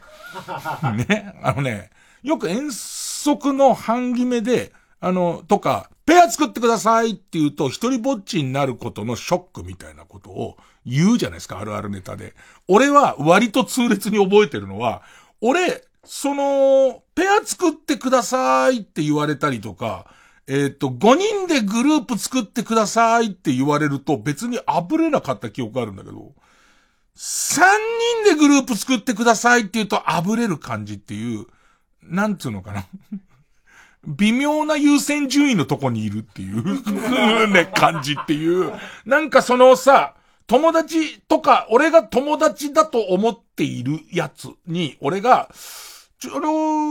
よく遠足の半決めで、とか、ペア作ってくださいって言うと、一人ぼっちになることのショックみたいなことを言うじゃないですか、あるあるネタで。俺は割と痛烈に覚えてるのは、ペア作ってくださいって言われたりとか、5人でグループ作ってくださいって言われると別にあぶれなかった記憶があるんだけど、3人でグループ作ってくださいって言うとあぶれる感じっていう、なんつうのかな。微妙な優先順位のとこにいるっていうね、感じっていう。なんか友達とか、俺が友達だと思っているやつに、俺が、アナ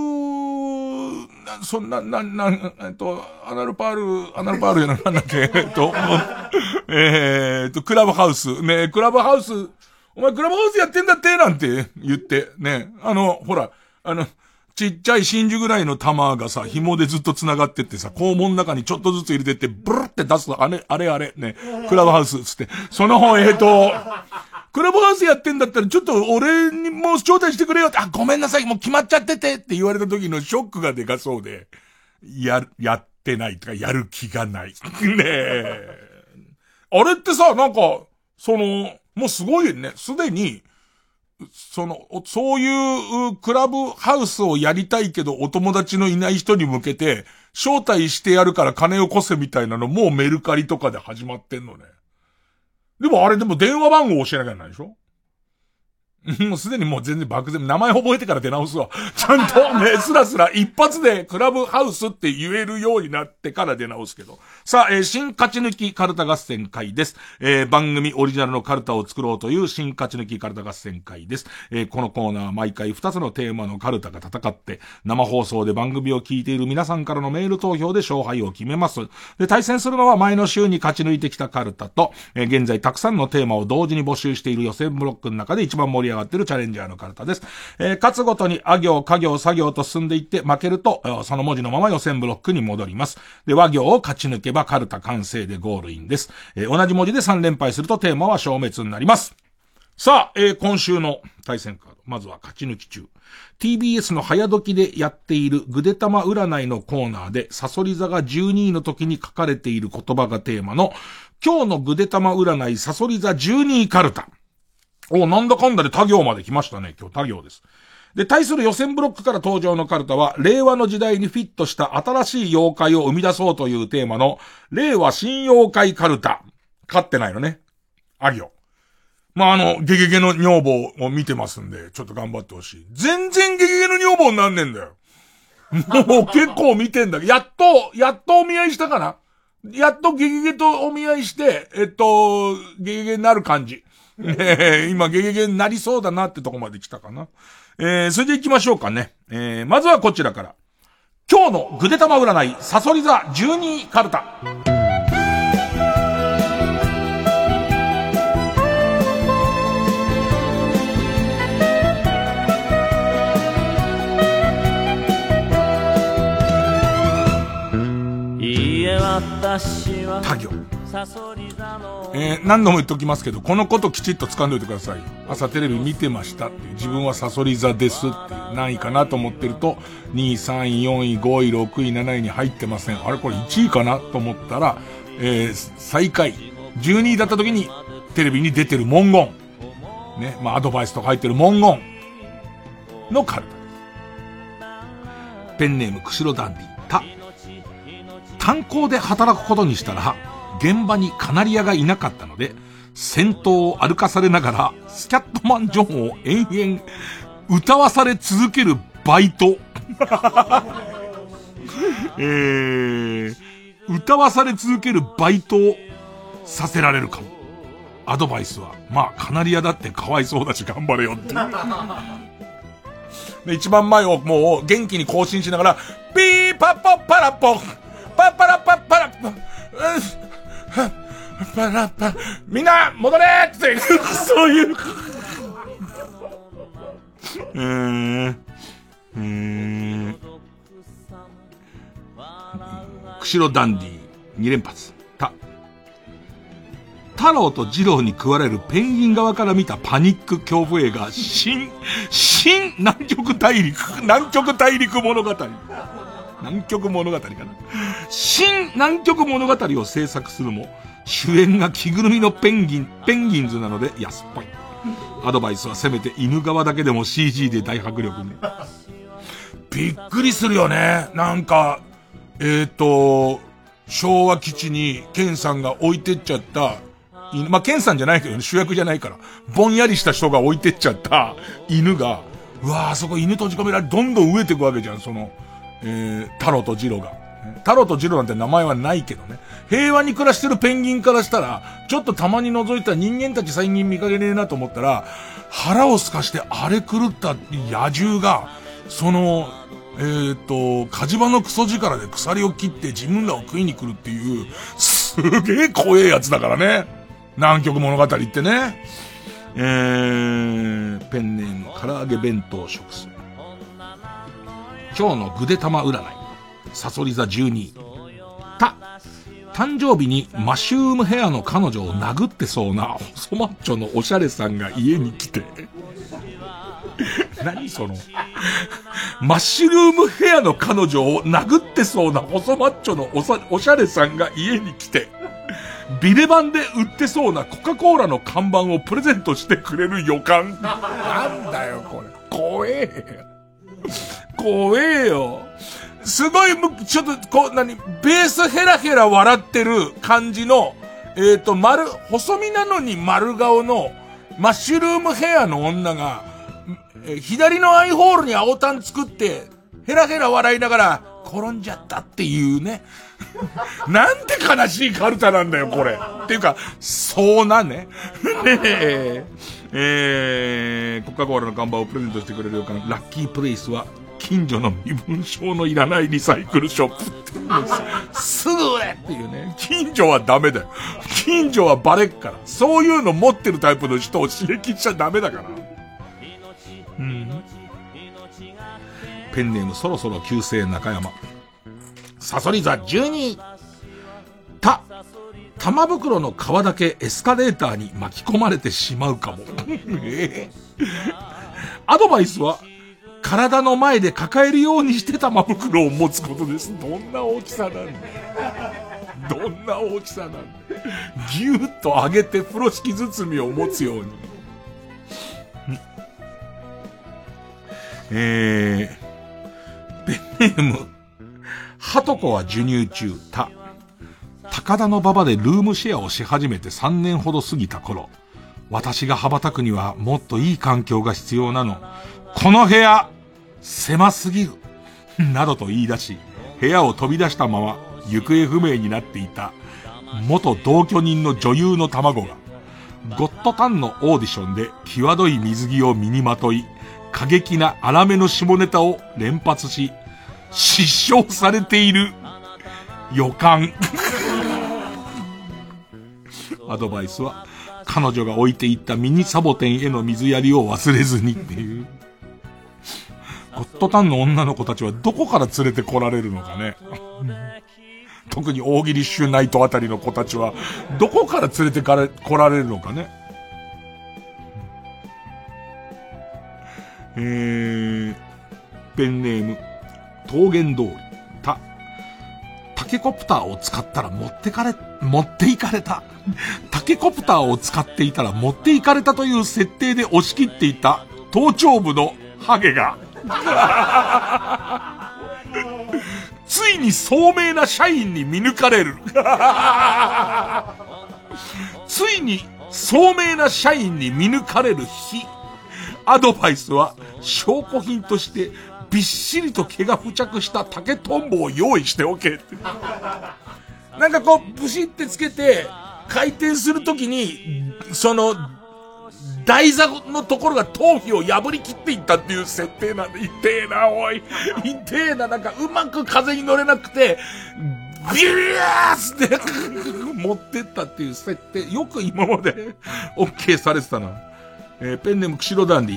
ルパールやな、なんだっけ、クラブハウス、ね、クラブハウス、お前クラブハウスやってんだってなんて言って、ね、ほら、ちっちゃい真珠ぐらいの玉がさ、紐でずっと繋がってってさ、肛門の中にちょっとずつ入れてって、ブルって出すと、あれ、ね、クラブハウスつって、その方、クラブハウスやってんだったら、ちょっと俺にも招待してくれよって、ごめんなさい、もう決まっちゃっててって言われた時のショックがでかそうで、やってないとか、やる気がない。ねえ。あれってさ、なんか、もうすごいね、すでに、そういうクラブハウスをやりたいけどお友達のいない人に向けて招待してやるから金をこせみたいなのもうメルカリとかで始まってんのね。でも電話番号教えなきゃいけないでしょ。もうすでにもう全然漠然、名前覚えてから出直すわ。ちゃんとね、スラスラ一発でクラブハウスって言えるようになってから出直すけど。さあ、新勝ち抜きカルタ合戦会です。番組オリジナルのカルタを作ろうという新勝ち抜きカルタ合戦会です。このコーナーは毎回2つのテーマのカルタが戦って、生放送で番組を聞いている皆さんからのメール投票で勝敗を決めます。で、対戦するのは前の週に勝ち抜いてきたカルタと、現在たくさんのテーマを同時に募集している予選ブロックの中で一番盛り上上がってるチャレンジャーのカルタです。勝つごとにあ行、家行、作業と進んでいって、負けると、その文字のまま予選ブロックに戻ります。で、和行を勝ち抜けばカルタ完成でゴールインです。同じ文字で3連敗するとテーマは消滅になります。さあ、今週の対戦カード。まずは勝ち抜き中。TBS の早時でやっているぐでたま占いのコーナーで、サソリ座が12位の時に書かれている言葉がテーマの、今日のぐでたま占いサソリ座12位カルタ。なんだかんだで他行まで来ましたね。今日他行です。で、対する予選ブロックから登場のカルタは、令和の時代にフィットした新しい妖怪を生み出そうというテーマの、令和新妖怪カルタ。勝ってないのね。あ行。ゲゲゲの女房を見てますんで、ちょっと頑張ってほしい。全然ゲゲゲの女房になんねんだよ。もう結構見てんだけど、やっとお見合いしたかな？やっとゲゲゲとお見合いして、ゲゲゲになる感じ。今ゲゲゲになりそうだなってとこまで来たかな。それで行きましょうかね。まずはこちらから。今日のぐでたま占い、サソリ座12カルタ。他行。何度も言っときますけど、このこときちっと掴んでおいてください。朝テレビ見てましたっていう、自分はサソリ座ですっていう、何位かなと思ってると、2位、3位、4位、5位、6位、7位に入ってません。あれこれ1位かなと思ったら、最下位、12位だった時にテレビに出てる文言。ね、アドバイスとか入ってる文言のカルタです。ペンネーム、釧路ダンディ。炭鉱で働くことにしたら、現場にカナリアがいなかったので、先頭を歩かされながら、スキャットマンジョンを延々歌わされ続けるバイト。歌わされ続けるバイトをさせられるかも。アドバイスは、カナリアだってかわいそうだし頑張れよって。で、一番前をもう元気に更新しながら、ピーパッポッパラッポパッパラッパッパラッパパラッパみんな戻れって、そういう。釧路ダンディ2連発。太郎と二郎に食われるペンギン側から見たパニック恐怖映画、新南極大陸物語。南極物語かな。新南極物語を制作するも、主演が着ぐるみのペンギンズなので安っぽい。アドバイスはせめて犬側だけでも CG で大迫力に。びっくりするよね。なんか、昭和基地にケンさんが置いてっちゃった、ケンさんじゃないけどね、主役じゃないから、ぼんやりした人が置いてっちゃった犬が、うわぁ、そこ犬閉じ込められどんどん飢えてくわけじゃん、その、太郎とジロが。太郎とジロなんて名前はないけどね。平和に暮らしてるペンギンからしたら、ちょっとたまに覗いた人間たち最近見かけねえなと思ったら、腹をすかして荒れ狂った野獣が、その、火事場のクソ力で鎖を切って自分らを食いに来るっていう、すげえ怖えやつだからね。南極物語ってね。ペンネーム、唐揚げ弁当食す。今日のぐでたま占い。サソリ座12。誕生日にマッシュルームヘアの彼女を殴ってそうな細マッチョのおしゃれさんが家に来て。何その。マッシュルームヘアの彼女を殴ってそうな細マッチョのおしゃれさんが家に来て。ビレバンで売ってそうなコカ・コーラの看板をプレゼントしてくれる予感。なんだよこれ。怖えよ。すごい、ちょっと、ベースヘラヘラ笑ってる感じの、細身なのに丸顔の、マッシュルームヘアの女が、左のアイホールに青タン作って、ヘラヘラ笑いながら、転んじゃったっていうね。なんて悲しいカルタなんだよ、これ。っていうか、そうなね。コカ・コーラの看板をプレゼントしてくれる予感。ラッキープレイスは、近所の身分証のいらないリサイクルショップってすぐ売れっていうね。近所はダメだよ。近所はバレっから。そういうの持ってるタイプの人を刺激しちゃダメだから。 ペンネームそろそろ旧姓中山。サソリ座12。玉袋の皮だけエスカレーターに巻き込まれてしまうかも。アドバイスは、体の前で抱えるようにして玉袋を持つことです。どんな大きさなんだ。どんな大きさなんだ。ぎゅーっと上げて風呂敷包みを持つように。ペンネーム、ハトコは授乳中。高田の馬場でルームシェアをし始めて3年ほど過ぎた頃、私が羽ばたくにはもっといい環境が必要なの。この部屋、狭すぎる。などと言い出し、部屋を飛び出したまま行方不明になっていた元同居人の女優の卵が、ゴッドタンのオーディションで際どい水着を身にまとい、過激な荒めの下ネタを連発し、失笑されている予感。アドバイスは、彼女が置いていったミニサボテンへの水やりを忘れずにっていう。ゴッドタンの女の子たちはどこから連れてこられるのかね。特に大喜利シュナイトあたりの子たちはどこから連れてこられるのかね。ペンネーム桃源通り。タケコプターを使ったら持っていかれた。タケコプターを使っていたら持っていかれたという設定で押し切っていた頭頂部のハゲがついに聡明な社員に見抜かれる。ついに聡明な社員に見抜かれる日。アドバイスは証拠品としてびっしりと毛が付着した竹トンボを用意しておけって。なんかこうブシってつけて回転するときにその台座のところが頭皮を破り切っていったっていう設定なんで、痛えなおい、痛えな。なんかうまく風に乗れなくてビューって持ってったっていう設定、よく今まで OK されてたな。ペンネーム釧路ダンディ。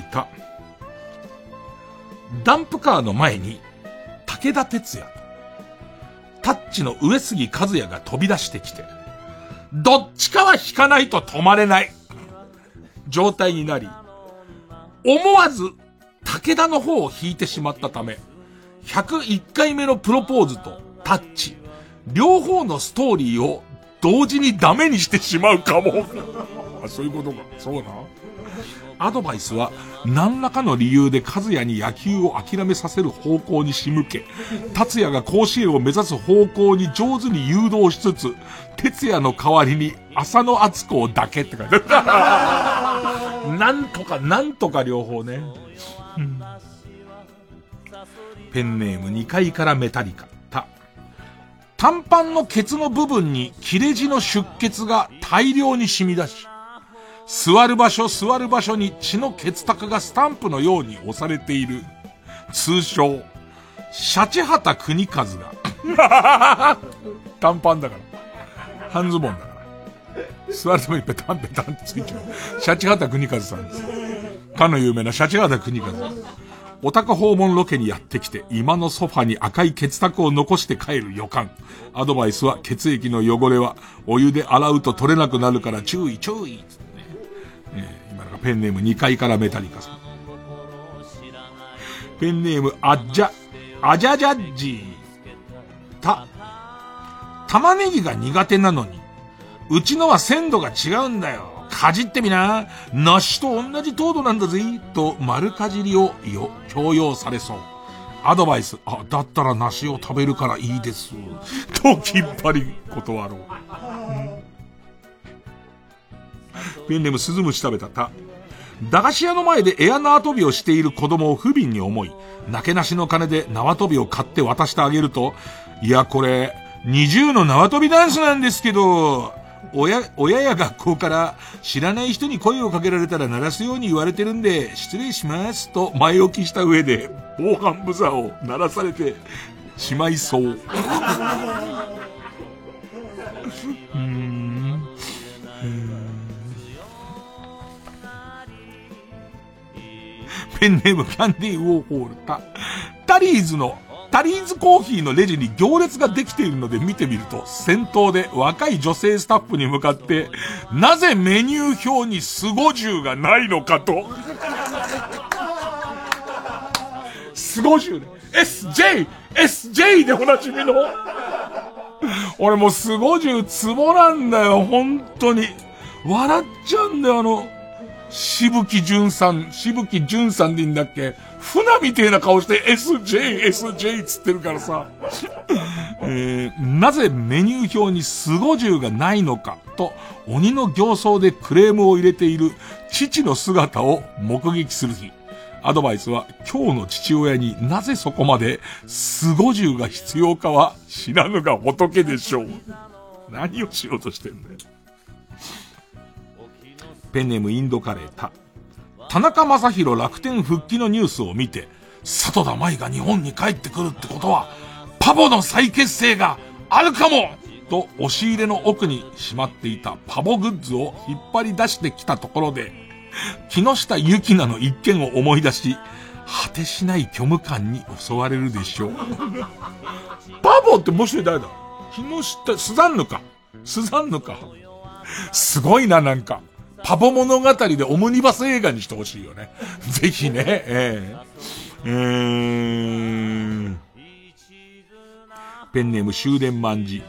ダンプカーの前に武田鉄矢とタッチの上杉和也が飛び出してきて、どっちかは引かないと止まれない状態になり、思わず武田の方を引いてしまったため、101回目のプロポーズとタッチ両方のストーリーを同時にダメにしてしまうかも。あ、そういうことか。そうな。アドバイスは何らかの理由で和也に野球を諦めさせる方向に仕向け、達也が甲子園を目指す方向に上手に誘導しつつ、哲也の代わりに浅野敦子をだけって書いてある。なんとか両方ね。ペンネーム2階からメタリカ。短パンのケツの部分に切れ字の出血が大量に染み出し、座る場所に血のケツタカがスタンプのように押されている、通称シャチハタ国和が短パンだから半ズボンだから座るとにペタンペタンってついてるシャチハタ国和さんです。かの有名なシャチハタ国和。お宅訪問ロケにやってきて、今のソファに赤いケツタクを残して帰る予感。アドバイスは血液の汚れはお湯で洗うと取れなくなるから注意。今のがペンネーム2階からメタリカさん。ペンネームアジャジャッジー。玉ねぎが苦手なのに、うちのは鮮度が違うんだよ。かじってみな。梨と同じ糖度なんだぜ。と丸かじりを強要されそう。アドバイス。だったら梨を食べるからいいです。ときっぱり断ろう。ペンネーム鈴虫食べた。駄菓子屋の前でエア縄跳びをしている子供を不憫に思い、なけなしの金で縄跳びを買って渡してあげると、いやこれ20の縄跳びダンスなんですけど、親や学校から知らない人に声をかけられたら鳴らすように言われてるんで失礼しますと前置きした上で防犯ブザーを鳴らされてしまいそう。ペンネームキャンディーウォーホール。 タリーズコーヒーのレジに行列ができているので見てみると、先頭で若い女性スタッフに向かって、なぜメニュー表にスゴジュウがないのかと。スゴジュウね。SJ でおなじみの。俺もうスゴジュウツボなんだよ、本当に。笑っちゃうんだよ、しぶきじゅんさんでいいんだっけ、船みてえな顔して SJ つってるからさ。なぜメニュー表にスゴジュウがないのかと鬼の形相でクレームを入れている父の姿を目撃する日、アドバイスは今日の父親になぜそこまでスゴジュウが必要かは知らぬが仏でしょう。何をしようとしてんだよ。ペンネームインドカレー田中将大楽天復帰のニュースを見て、里田舞が日本に帰ってくるってことはパボの再結成があるかもと押し入れの奥にしまっていたパボグッズを引っ張り出してきたところで、木下ゆきなの一件を思い出し、果てしない虚無感に襲われるでしょう。パボってもし誰だ？木下スザンヌか。すごいな、なんかパボ物語でオムニバス映画にしてほしいよね。ぜひね。ペンネーム終電万事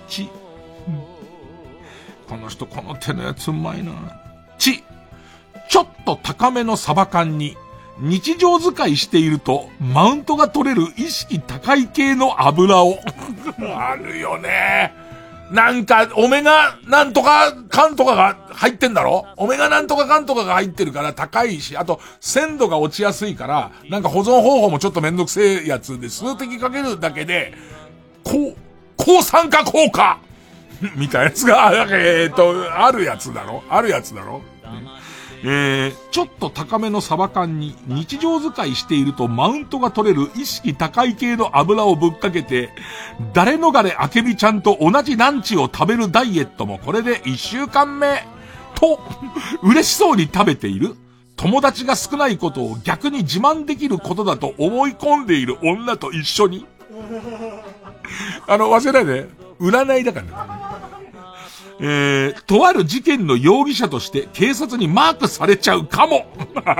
この人この手のやつうまいな。ちょっと高めのサバ缶に日常使いしているとマウントが取れる意識高い系の油をあるよね。なんかオメガなんとかカンとかが入ってんだろ。オメガなんとかカンとかが入ってるから高いし、あと鮮度が落ちやすいから、なんか保存方法もちょっとめんどくせえやつで数滴かけるだけで抗酸化効果みたいなやつがあるやつだろ。ちょっと高めのサバ缶に日常使いしているとマウントが取れる意識高い系の油をぶっかけて、誰逃れあけびちゃんと同じランチを食べるダイエットもこれで1週間目と嬉しそうに食べている友達が少ないことを逆に自慢できることだと思い込んでいる女と一緒に忘れないで、占いだからね。とある事件の容疑者として警察にマークされちゃうかも。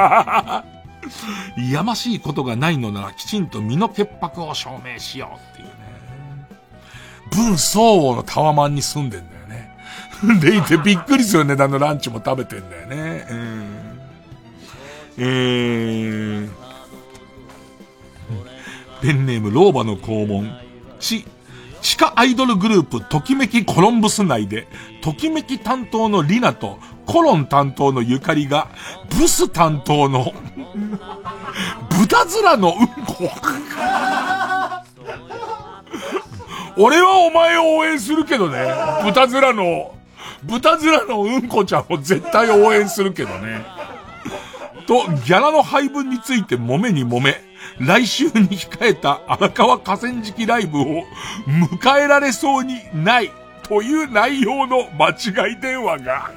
やましいことがないのならきちんと身の潔白を証明しようっていうね。分相応のタワマンに住んでんだよね。でいてびっくりする値段のランチも食べてんだよね。ペンネーム老婆の肛門地下アイドルグループときめきコロンブス内でときめき担当のリナとコロン担当のゆかりがブス担当の豚面のうんこ俺はお前を応援するけどね。豚面のうんこちゃんを絶対応援するけどね。とギャラの配分について揉めに揉め、来週に控えた荒川河川敷ライブを迎えられそうにないという内容の間違い電話が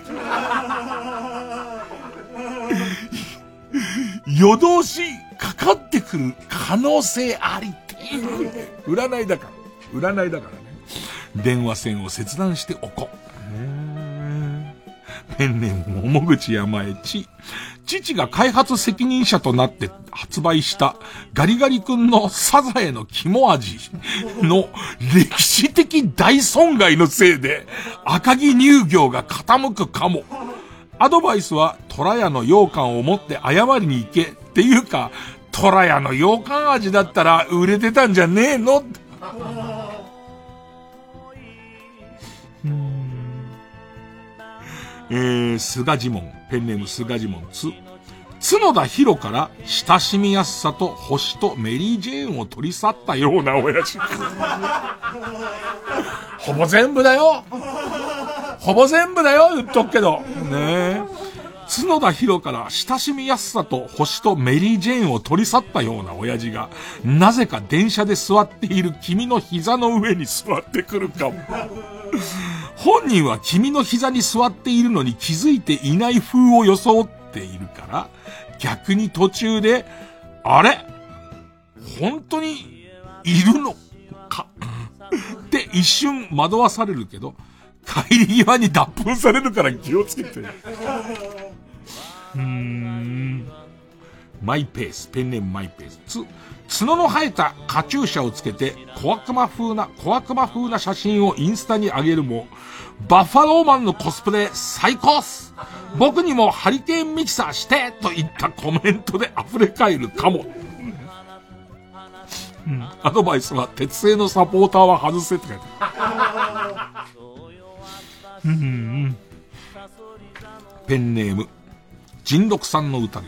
夜通しかかってくる可能性ありって占いだからね。電話線を切断しておこう。ペンネーム桃口山江父が開発責任者となって発売したガリガリ君のサザエの肝味の歴史的大損害のせいで赤城乳業が傾くかも。アドバイスはトラヤの羊羹を持って謝りに行けっていうか、トラヤの羊羹味だったら売れてたんじゃねえの。菅ジモンペンネーム菅ジモン角田博から親しみやすさと星とメリージェーンを取り去ったような親父ほぼ全部だよ言っとくけどね。角田博から親しみやすさと星とメリージェーンを取り去ったような親父がなぜか電車で座っている君の膝の上に座ってくるかも。本人は君の膝に座っているのに気づいていない風を装っているから、逆に途中で、あれ本当にいるのかって一瞬惑わされるけど、帰り際に脱粉されるから気をつけて。マイペース、ペンネームマイペース。角の生えたカチューシャをつけて小悪魔風な写真をインスタに上げるも、バッファローマンのコスプレ最高っす。僕にもハリケーンミキサーしてといったコメントで溢れ返るかも。アドバイスは鉄製のサポーターは外せって書いてある。ペンネーム人六さんの宴。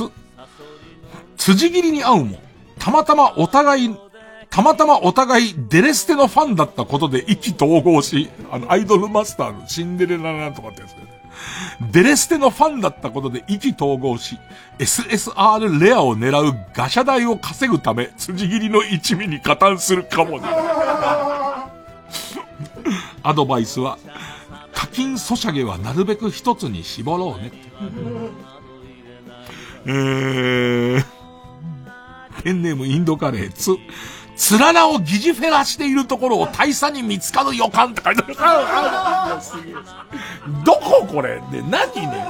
辻斬りに会うもたまたまお互いデレステのファンだったことで意気投合し、アイドルマスターのシンデレラなんとかってやつだよね。デレステのファンだったことで意気投合し、SSR レアを狙うガシャ代を稼ぐため、辻斬りの一味に加担するかもね。アドバイスは、課金ソシャゲはなるべく一つに絞ろうね。ペンネームインドカレー。つららを疑似フェラしているところを大佐に見つかる予感って書いてある。どここれで何ね。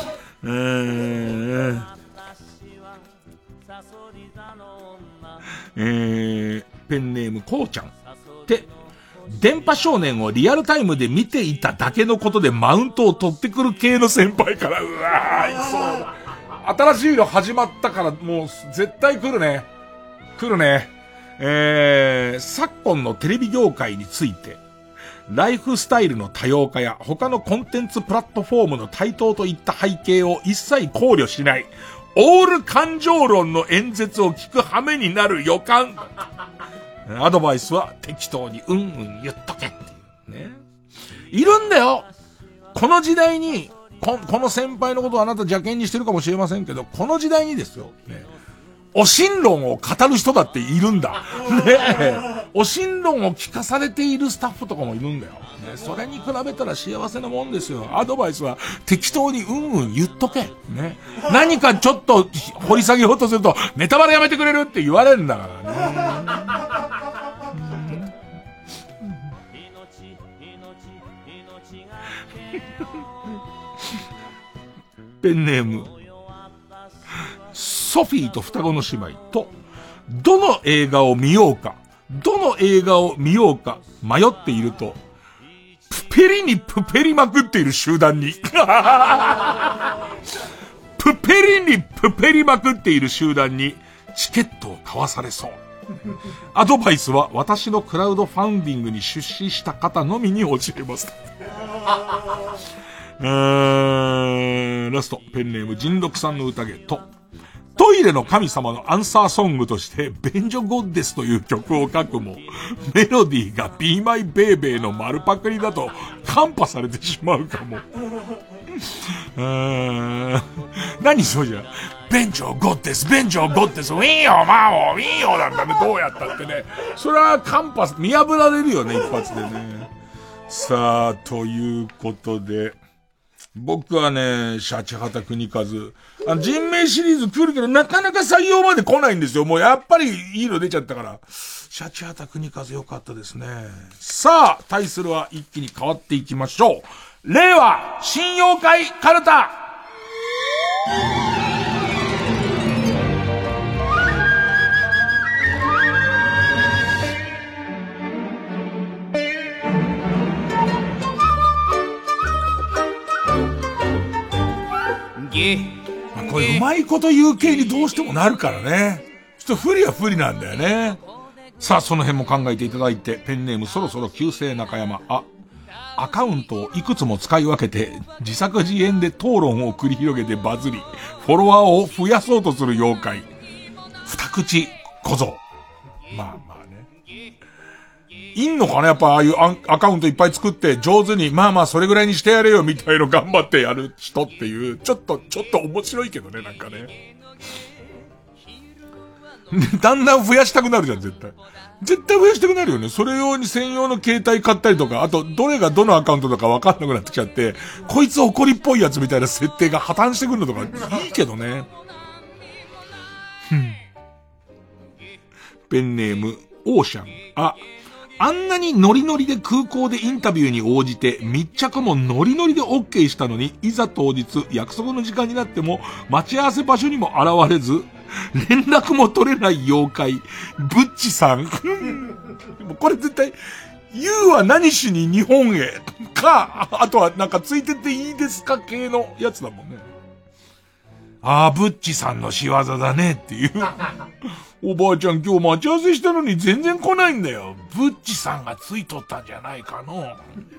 ペンネームこうちゃんって電波少年をリアルタイムで見ていただけのことでマウントを取ってくる系の先輩から、うわー、いそうだ。新しいの始まったからもう絶対来るね。昨今のテレビ業界について、ライフスタイルの多様化や他のコンテンツプラットフォームの台頭といった背景を一切考慮しない、オール感情論の演説を聞く羽目になる予感。アドバイスは適当に言っとけっていうね。いるんだよ。この時代に、この先輩のことをあなた邪険にしてるかもしれませんけど、この時代にですよ。ね、お神論を語る人だっているんだ。ね、お神論を聞かされているスタッフとかもいるんだよ。ね、それに比べたら幸せなもんですよ。アドバイスは適当に言っとけ。ね、何かちょっと掘り下げようとすると、ネタバレやめてくれるって言われるんだからね。ペンネームソフィーと双子の姉妹と、どの映画を見ようか迷っていると、プペリにプペリまくっている集団にプペリにプペリまくっている集団にチケットを買わされそう。アドバイスは私のクラウドファンディングに出資した方のみに教えます。ラスト、ペンネーム人六さんの宴と、トイレの神様のアンサーソングとして便所ゴッデスという曲を書くも、メロディーが Be My Baby の丸パクリだとカンパされてしまうかも。何そうじゃ、便所ゴッデスウィーヨマオウィーヨなんだね。どうやったってね、それはカンパ見破られるよね、一発でね。さあ、ということで、僕はね、シャチハタ国和、人名シリーズ来るけど、なかなか採用まで来ないんですよ。もうやっぱりいいの出ちゃったから。シャチハタ国和よかったですね。さあ、対するは一気に変わっていきましょう。令和新妖怪カルタ。これうまいこと言う系にどうしてもなるからね。ちょっと不利は不利なんだよね。さあ、その辺も考えていただいて、ペンネームそろそろ旧姓中山。アカウントをいくつも使い分けて、自作自演で討論を繰り広げてバズり、フォロワーを増やそうとする妖怪。二口小僧。まあね。いんのかな、やっぱああいうアカウントいっぱい作って上手に、まあそれぐらいにしてやれよみたいの頑張ってやる人っていう、ちょっと面白いけどね、なんかね。だんだん増やしたくなるじゃん、絶対増やしたくなるよね。それ用に専用の携帯買ったりとか、あとどれがどのアカウントだか分かんなくなってきちゃって、こいつ怒りっぽいやつみたいな設定が破綻してくるのとかいいけどね。ペンネームオーシャン。あんなにノリノリで空港でインタビューに応じて密着もノリノリで OK したのに、いざ当日約束の時間になっても待ち合わせ場所にも現れず、連絡も取れない妖怪、ブッチさん。これ絶対、YOU は何しに日本へか、あとはなんかついてっていいですか系のやつだもんね。ブッチさんの仕業だねっていう。おばあちゃん今日待ち合わせしたのに全然来ないんだよ。ブッチさんがついとったんじゃないかの。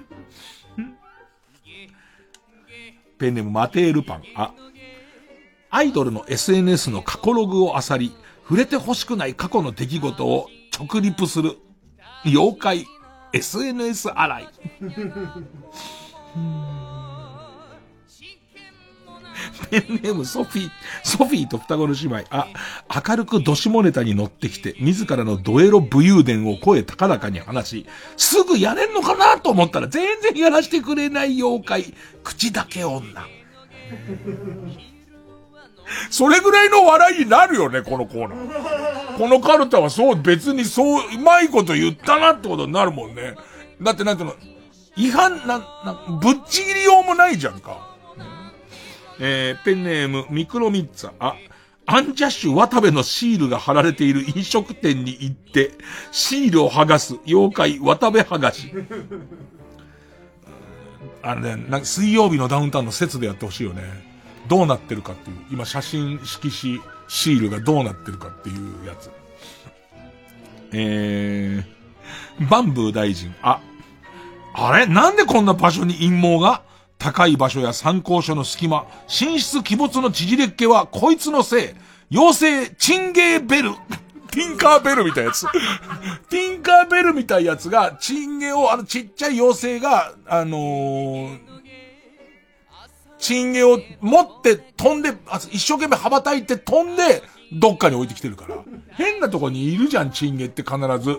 ペンネームマテールパン。アイドルの SNS の過去ログを漁り、触れて欲しくない過去の出来事を直リプする妖怪 SNS 洗い。ペンネームソフィーと双子の姉妹。明るくドシモネタに乗ってきて、自らのドエロ武勇伝を声高々に話し、すぐやれんのかなと思ったら全然やらしてくれない妖怪、口だけ女。それぐらいの笑いになるよね、このコーナー。このカルタは別にうまいこと言ったなってことになるもんね。だってなんていうの、違反、ぶっちぎりようもないじゃんか。ペンネームミクロミッツァ。アンジャッシュ渡部のシールが貼られている飲食店に行って、シールを剥がす妖怪渡部剥がし。水曜日のダウンタウンの説でやってほしいよね。どうなってるかっていう。今写真色紙シールがどうなってるかっていうやつ。バンブー大臣。あれなんでこんな場所に陰謀が？高い場所や参考書の隙間、寝室鬼没の縮れっ気はこいつのせい。妖精、チンゲーベル。ティンカーベルみたいなやつ。ティンカーベルみたいなやつが、チンゲを、ちっちゃい妖精が、チンゲを持って飛んで、一生懸命羽ばたいて飛んで、どっかに置いてきてるから。変なとこにいるじゃん、チンゲって必ず。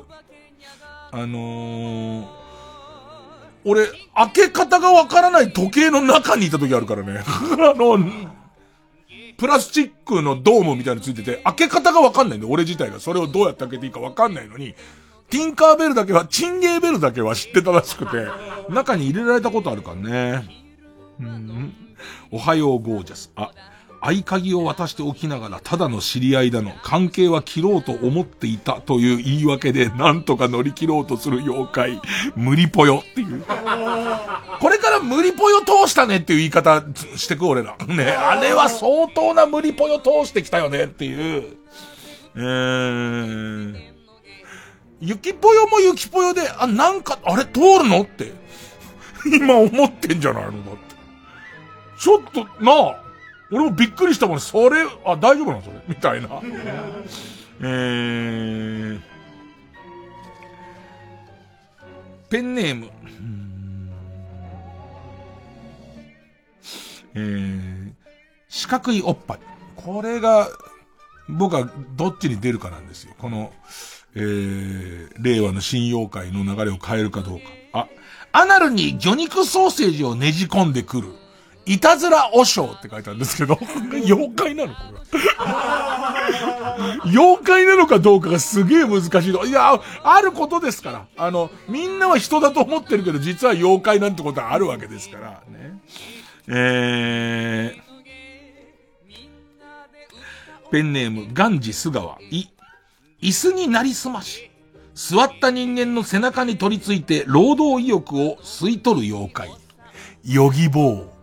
俺、開け方がわからない時計の中にいた時あるからね。プラスチックのドームみたいについてて、開け方がわかんないんだよ、俺自体が。それをどうやって開けていいかわかんないのに、ティンカーベルだけは、チンゲーベルだけは知ってたらしくて、中に入れられたことあるからね。おはようゴージャス。合鍵を渡しておきながら、ただの知り合いだの、関係は切ろうと思っていたという言い訳で、なんとか乗り切ろうとする妖怪、無理ぽよっていう。これから無理ぽよ通したねっていう言い方してく俺ら。ね、あれは相当な無理ぽよ通してきたよねっていう。ゆきぽよもゆきぽよで、あれ通るのって、今思ってんじゃないのだって。ちょっと、俺もびっくりしたもん。それ、大丈夫なのそれみたいな。ペンネーム。四角いおっぱい。これが、僕はどっちに出るかなんですよ。この、令和の新妖怪の流れを変えるかどうか。アナルに魚肉ソーセージをねじ込んでくる。いたずらおしょうって書いてあるんですけど、妖怪なのこれ。妖怪なのかどうかがすげえ難しいの。いや、あることですから。みんなは人だと思ってるけど、実は妖怪なんてことはあるわけですから。ね。ペンネーム、ガンジスガワ。椅子になりすまし。座った人間の背中に取り付いて、労働意欲を吸い取る妖怪。ヨギボー。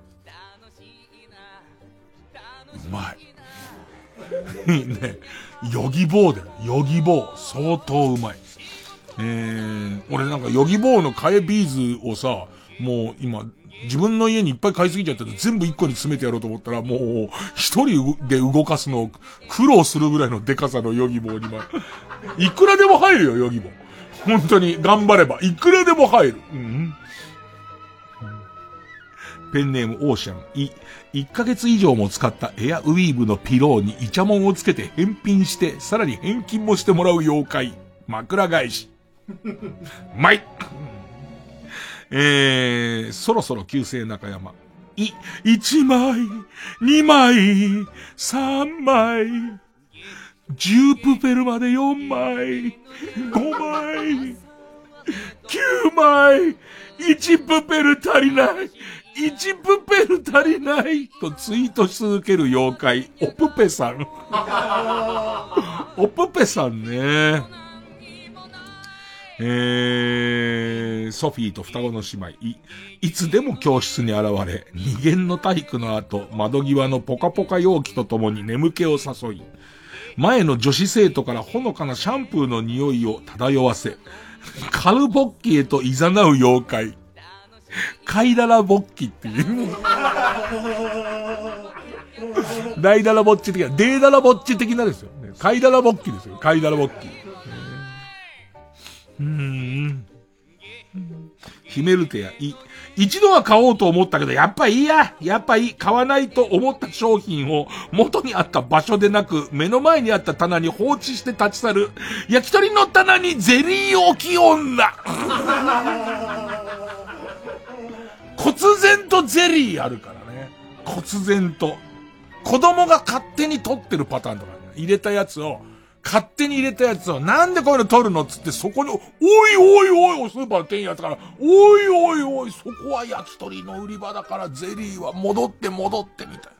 うまい。ね。ヨギボーだよ。ヨギボー。相当うまい。俺なんかヨギボーの替えビーズをさ、もう今、自分の家にいっぱい買いすぎちゃって全部一個に詰めてやろうと思ったら、もう、一人で動かすのを苦労するぐらいのデカさのヨギボーにいくらでも入るよ、ヨギボー。本当に、頑張れば。いくらでも入る。ペンネームオーシャン。1ヶ月以上も使ったエアウィーヴのピローにイチャモンをつけて返品して、さらに返金もしてもらう妖怪。枕返し。うまい。そろそろ旧姓中山。1枚、2枚、3枚。 10プペルまで4枚、5枚、9枚、1プペル足りない、1プペル足りないとツイートし続ける妖怪、オプペさん。オプペさんね。ソフィーと双子の姉妹、いつでも教室に現れ、二限の体育の後、窓際のポカポカ容器とともに眠気を誘い、前の女子生徒からほのかなシャンプーの匂いを漂わせ、カルボッキへと誘う妖怪。カイダラボッキっていう。ダイダラボッチ的な、デーダラボッチ的なですよ。カイダラボッキですよ。カイダラボッキ。ヒメルテや一度は買おうと思ったけど、やっぱいいや。やっぱいい。買わないと思った商品を元にあった場所でなく、目の前にあった棚に放置して立ち去る。焼き鳥の棚にゼリー置き女。忽然とゼリーあるからね。忽然と。子供が勝手に取ってるパターンとかね。勝手に入れたやつを、なんでこういうの取るのっつって、そこに、おい、スーパーの店員やったから、おい、そこは焼き鳥の売り場だからゼリーは戻ってみた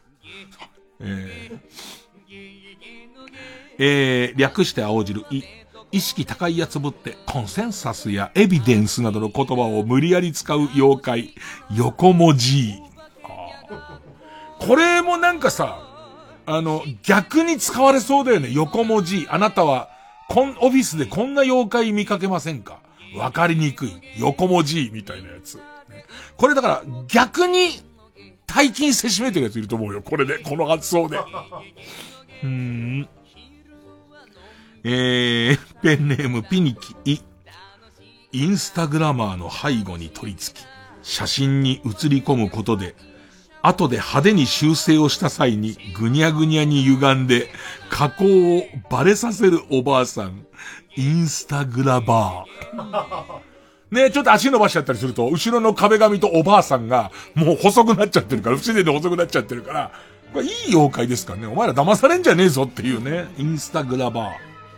い。略して青汁、意識高いやつぶって、コンセンサスやエビデンスなどの言葉を無理やり使う妖怪、横文字。これもなんかさ、逆に使われそうだよね。横文字。あなたは、オフィスでこんな妖怪見かけませんか？わかりにくい。横文字みたいなやつ。これだから、逆に、大金せしめてるやついると思うよ。これで、この発想で。ペンネームピニキ。インスタグラマーの背後に取り付き、写真に写り込むことで、後で派手に修正をした際にぐにゃぐにゃに歪んで加工をバレさせるおばあさん。インスタグラバー。ね、ちょっと足伸ばしちゃったりすると、後ろの壁紙とおばあさんがもう細くなっちゃってるから、不自然で細くなっちゃってるから、これいい妖怪ですからね。お前ら騙されんじゃねえぞっていうね。インスタグラバ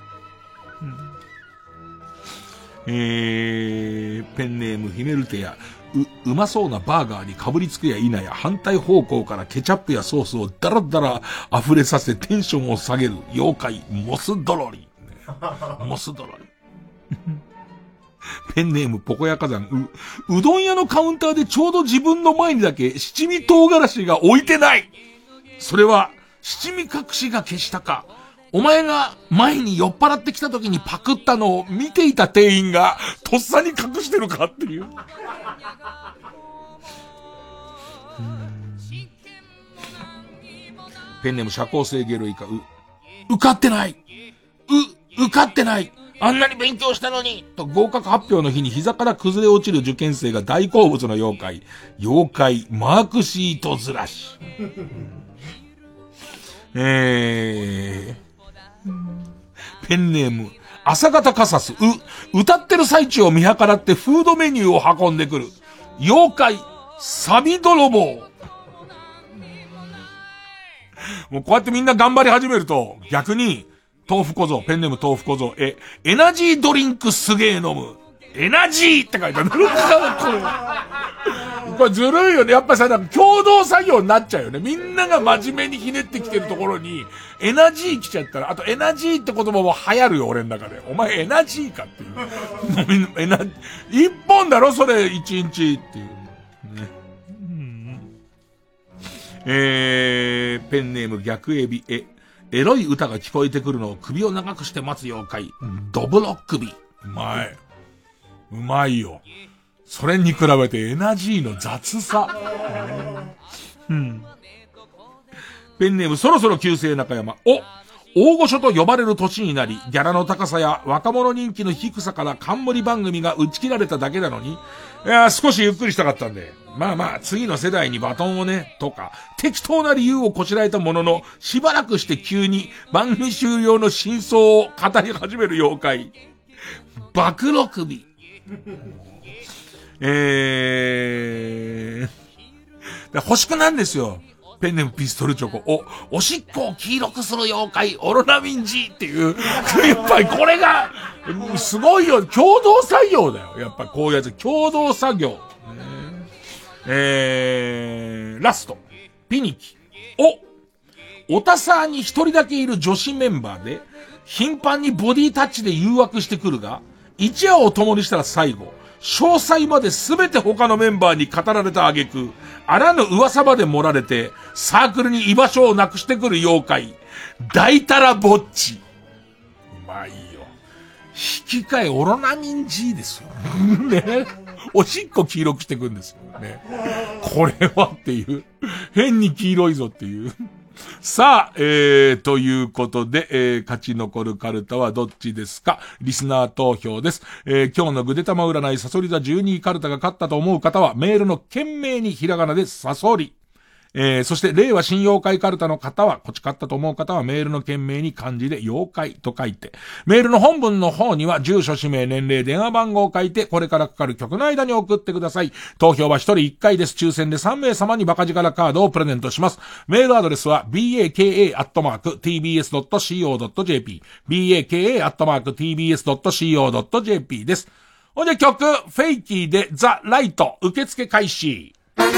ー。ペンネームヒメルテや。うまそうなバーガーにかぶりつくや否や反対方向からケチャップやソースをダラダラ溢れさせテンションを下げる妖怪モスドロリ。モスドロリ。ペンネームポコヤ火山。うどん屋のカウンターでちょうど自分の前にだけ七味唐辛子が置いてない。それは七味隠しが消したか。お前が前に酔っ払ってきた時にパクったのを見ていた店員がとっさに隠してるかっていう。ペンネーム社交性ゲロイカ。受かってない。受かってない。あんなに勉強したのにと合格発表の日に膝から崩れ落ちる受験生が大好物の妖怪マークシートずらし。ペンネーム朝方カサス。歌ってる最中を見計らってフードメニューを運んでくる妖怪サビ泥棒。もうこうやってみんな頑張り始めると逆に豆腐小僧、ペンネーム豆腐小僧、エナジードリンクすげー飲むエナジーって書いてある。これずるいよね。やっぱさ、なんか共同作業になっちゃうよね。みんなが真面目にひねってきてるところにエナジー来ちゃったら、あとエナジーって言葉も流行るよ俺の中で。お前エナジーかっていう。一本だろそれ一日っていう。ペンネーム逆エビ。エロい歌が聞こえてくるのを首を長くして待つ妖怪。ドブロックビ。うまいよ。それに比べてエナジーの雑さ。ペンネームそろそろ旧姓中山。大御所と呼ばれる年になり、ギャラの高さや若者人気の低さから冠番組が打ち切られただけなのに、少しゆっくりしたかったんで、まあ次の世代にバトンをね、とか、適当な理由をこしらえたものの、しばらくして急に番組終了の真相を語り始める妖怪。暴露首。欲しくなんですよ。 ペンネームピストルチョコ。おしっこを黄色くする妖怪、オロナミン G っていう、やっぱりこれが、すごいよ。共同作業だよ。やっぱこういうやつ。共同作業。ラスト。ピニキ。おたさに一人だけいる女子メンバーで、頻繁にボディタッチで誘惑してくるが、一夜を共にしたら最後、詳細まで全て他のメンバーに語られた挙句、あらぬ噂まで盛られて、サークルに居場所をなくしてくる妖怪、大たらぼっち。まあいいよ。引き換えオロナミン G ですよ。ね。おしっこ黄色くしてくんですよね。これはっていう。変に黄色いぞっていう。さあ、ということで、勝ち残るカルタはどっちですか？リスナー投票です。今日のぐでたま占いサソリ座12カルタが勝ったと思う方は、メールの件名にひらがなでサソリ。そして、令和新妖怪カルタの方は、こっち勝ったと思う方は、メールの件名に漢字で妖怪と書いて、メールの本文の方には、住所、氏名、年齢、電話番号を書いて、これからかかる曲の間に送ってください。投票は1人1回です。抽選で3名様にバカ力カードをプレゼントします。メールアドレスは、baka@tbs.co.jp、baka@tbs.co.jp です。ほんで曲、フェイキーでザ・ライト、受付開始。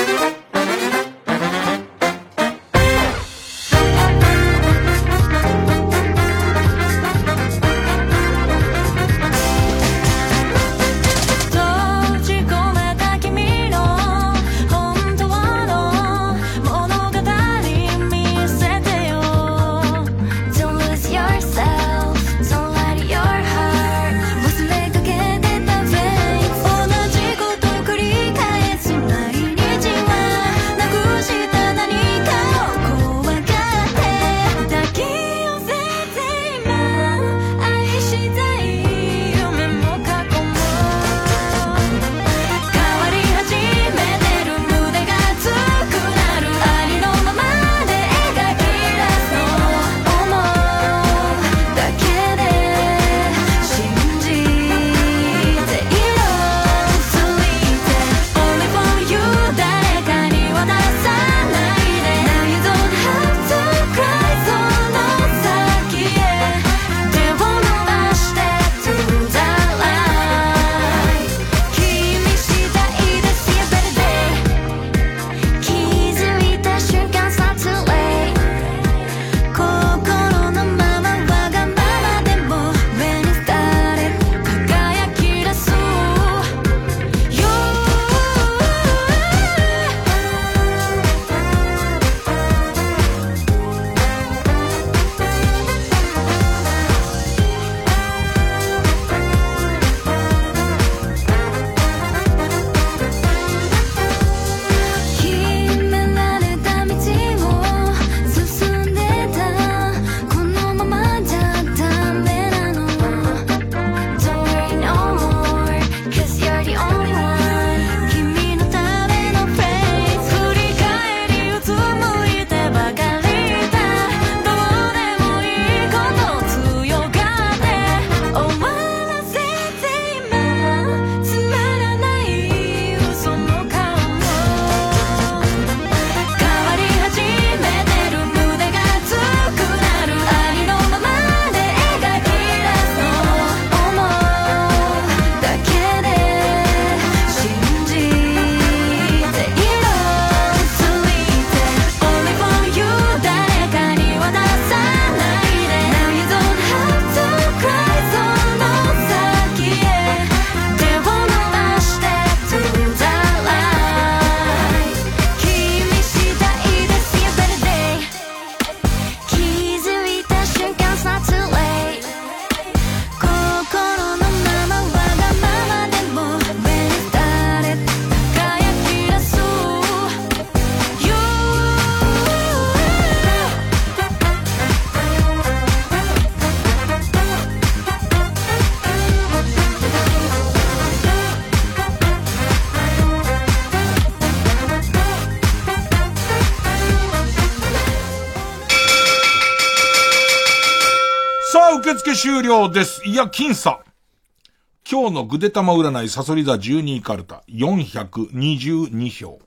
受付終了です。いや、僅差。今日のぐでたま占いサソリ座12カルタ422票。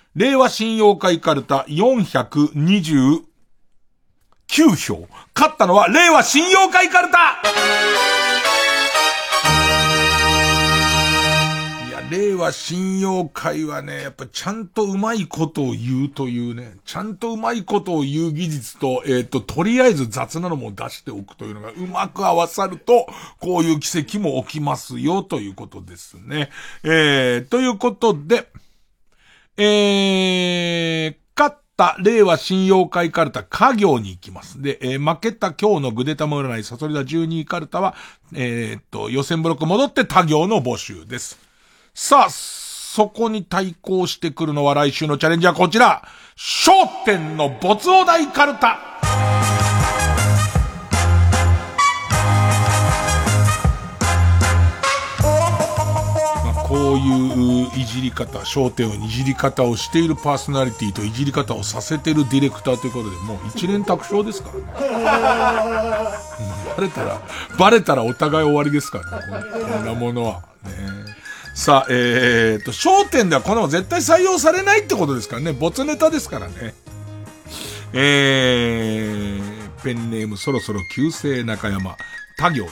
令和新妖怪カルタ429票。勝ったのは令和新妖怪カルタ。いや、令和新妖怪はね、やっぱちゃんとうまいことを言うというね、ちゃんとうまいことを言う技術と、とりあえず雑なのも出しておくというのがうまく合わさると、こういう奇跡も起きますよということですね。ということで、勝った令和新妖怪カルタ家業に行きます。で、負けた今日のぐでたま占いサソリ座12カルタは、予選ブロック戻って他行の募集です。さあ、そこに対抗してくるのは来週のチャレンジはこちら。笑点の没お題カルタ。こういういじり方、笑点をいじり方をしているパーソナリティといじり方をさせてるディレクターということで、もう一年卓勝ですからね。バレたらお互い終わりですからね。こんなものは。ね、さあ、笑点ではこの絶対採用されないってことですからね。没ネタですからね。ペンネームそろそろ旧姓中山。他行です。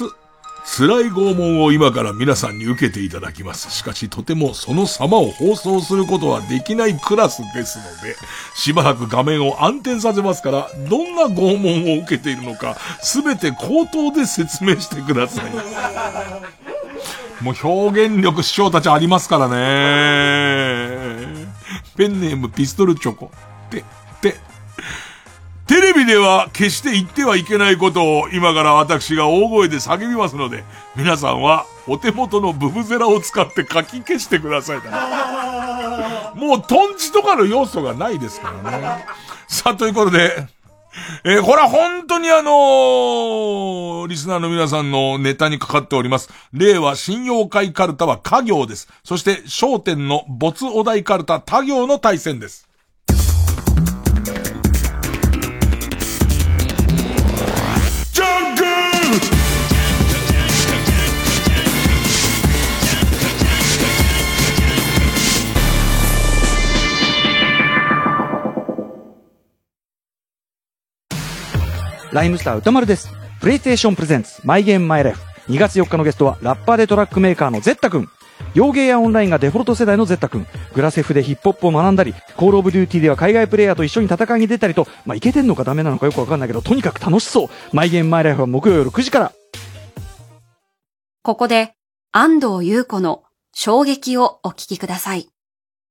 辛い拷問を今から皆さんに受けていただきます。しかしとてもその様を放送することはできないクラスですので、しばらく画面を暗転させますから、どんな拷問を受けているのか、すべて口頭で説明してください。もう表現力師匠たちありますからね。ペンネームピストルチョコ。テレビでは決して言ってはいけないことを今から私が大声で叫びますので、皆さんはお手元のブブゼラを使って書き消してください。もうトンチとかの要素がないですからね。さあ、ということで、これは本当にリスナーの皆さんのネタにかかっております。令和新妖怪カルタは家業です。そして笑点の没お題カルタ他行の対戦です。 ライムスター歌丸です。プレイステーションプレゼンツマイゲームマイライフ。2月4日のゲストはラッパーでトラックメーカーのゼッタ君。洋芸やオンラインがデフォルト世代のゼッタ君。グラセフでヒップホップを学んだり、コールオブデューティーでは海外プレイヤーと一緒に戦いに出たりと、いけてんのかダメなのかよくわかんないけど、とにかく楽しそう。マイゲームマイライフは木曜夜9時から。 ここで安藤優子の衝撃をお聞きください。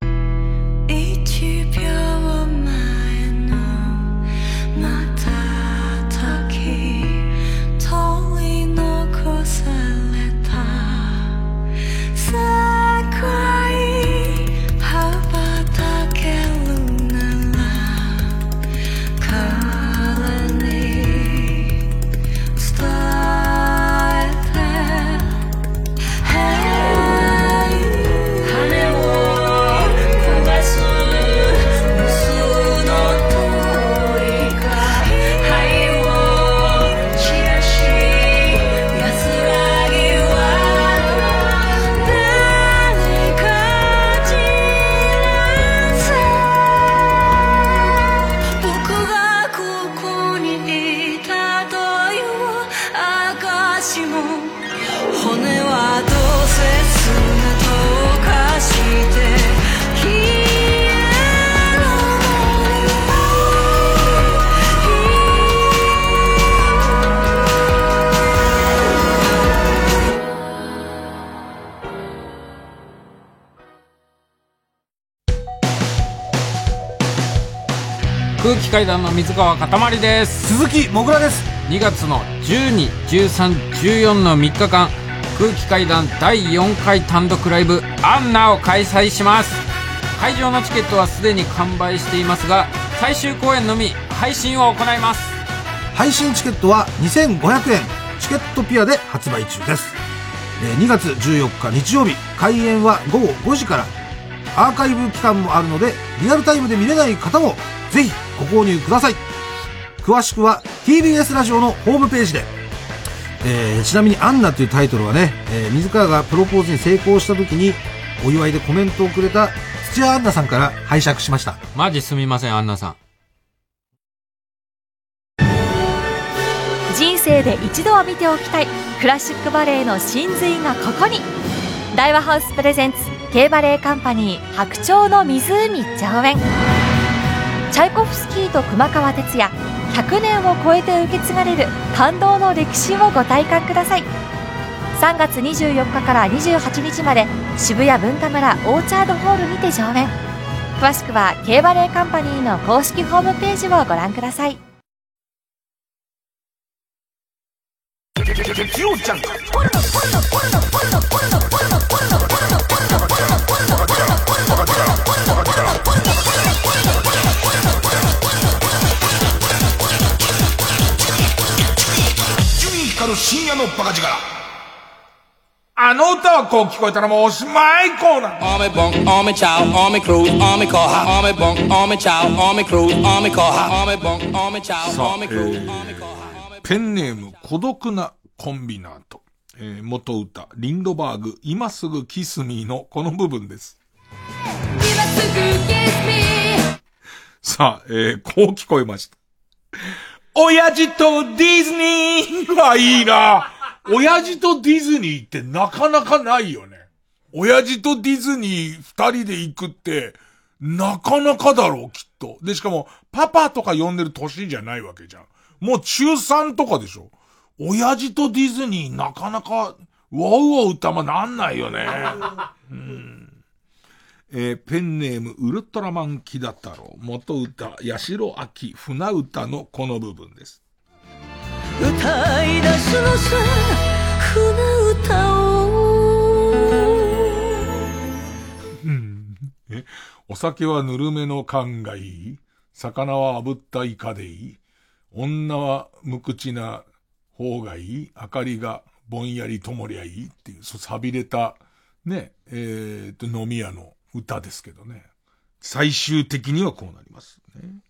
空気階段の水川かたまりです。 鈴木もぐらです。 2月の12、13、14の3日間、空気階段第4回単独ライブアンナを開催します。会場のチケットはすでに完売していますが、最終公演のみ配信を行います。 配信チケットは2500円、チケットピアで発売中です。2月14日日曜日、開演は午後5時から。アーカイブ期間もあるので、リアルタイムで見れない方もぜひご購入ください。詳しくは TBS ラジオのホームページで。ちなみにアンナというタイトルはね、水川がプロポーズに成功した時にお祝いでコメントをくれた土屋アンナさんから拝借しました。 マジすみません、アンナさん。 人生で一度は見ておきたいクラシックバレエの真髄がここに。大和ハウスプレゼンツ K バレエカンパニー白鳥の湖上演。チャイコフスキーと熊川哲也、100年を超えて受け継がれる感動の歴史をご体感ください。3月24日から28日まで渋谷文化村オーチャードホールにて上演。詳しくは K バレエカンパニーの公式ホームページをご覧ください。 深夜のバカ力。あの歌はこう聞こえたらもうおしまいコーナー。ペンネーム孤独なコンビナート、元歌リンドバーグ今すぐキスミーのこの部分です。今すぐキスミー。さあ、こう聞こえました。親父とディズニーがいいな。親父とディズニーってなかなかないよね。親父とディズニー二人で行くってなかなかだろう、きっと。で、しかもパパとか呼んでる年じゃないわけじゃん。もう中3とかでしょ。親父とディズニーなかなかウォウウォ歌まなんないよね。ペンネームウルトラマンキダ太郎、元歌八代亜紀船歌のこの部分です。歌い出すのさ船歌を、お酒はぬるめの燗がいい、魚は炙ったイカでいい、女は無口な方がいい、明かりがぼんやり灯りゃいいっていう、錆びれたね、飲み屋の歌ですけどね。最終的にはこうなります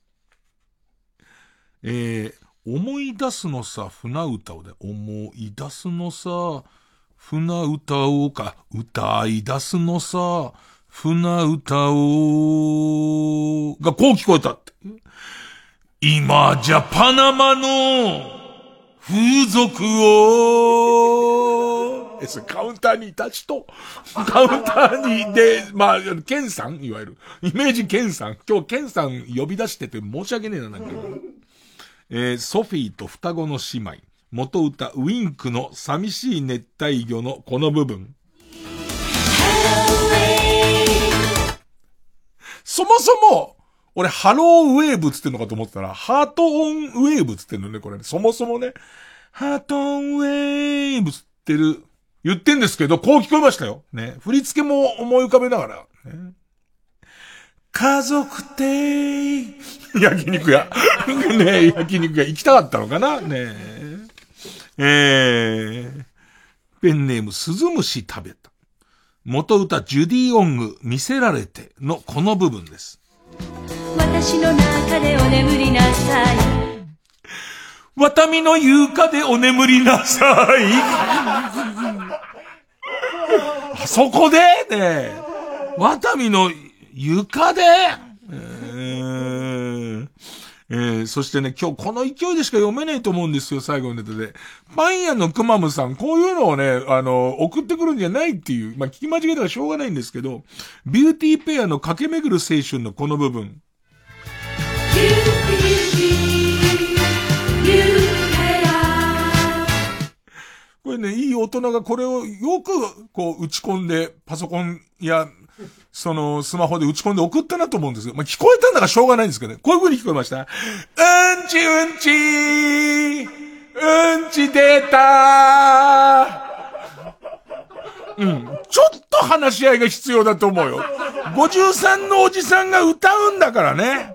ね。思い出すのさ、船歌をで、思い出すのさ、船歌をか、歌い出すのさ、船歌を、がこう聞こえたって。今じゃパナマの風俗を、カウンターに立ちと、カウンターに、で、まあ、ケンさんいわゆる。イメージケンさん。今日ケンさん呼び出してて申し訳ねえな、なんか。ソフィーと双子の姉妹。元歌ウィンクの寂しい熱帯魚のこの部分。そもそも、俺ハローウェーブつってんのかと思ってたら、ハートオンウェーブつってんのね、これ、ね。そもそもね。ハートオンウェーブつってる。言ってんですけど、こう聞こえましたよ。ね。振り付けも思い浮かべながら。ね、家族って焼肉屋。ね、焼肉屋行きたかったのかなね。ペンネームスズムシ食べた。元歌ジュディ・オング見せられてのこの部分です。私の中でお眠りなさい。ワタミの床でお眠りなさい。あそこでね、ワタミの床で、そしてね、今日この勢いでしか読めないと思うんですよ、最後のネタで。パン屋のくまむさん、こういうのをね、送ってくるんじゃないっていう、まあ、聞き間違いだからしょうがないんですけど、ビューティーペアの駆け巡る青春のこの部分。これね、いい大人がこれをよくこう打ち込んで、パソコンや、スマホで打ち込んで送ったなと思うんですよ。まあ、聞こえたんだからしょうがないんですけどね。こういう風に聞こえました。うんちうんちうんち出たちょっと話し合いが必要だと思うよ。53のおじさんが歌うんだからね。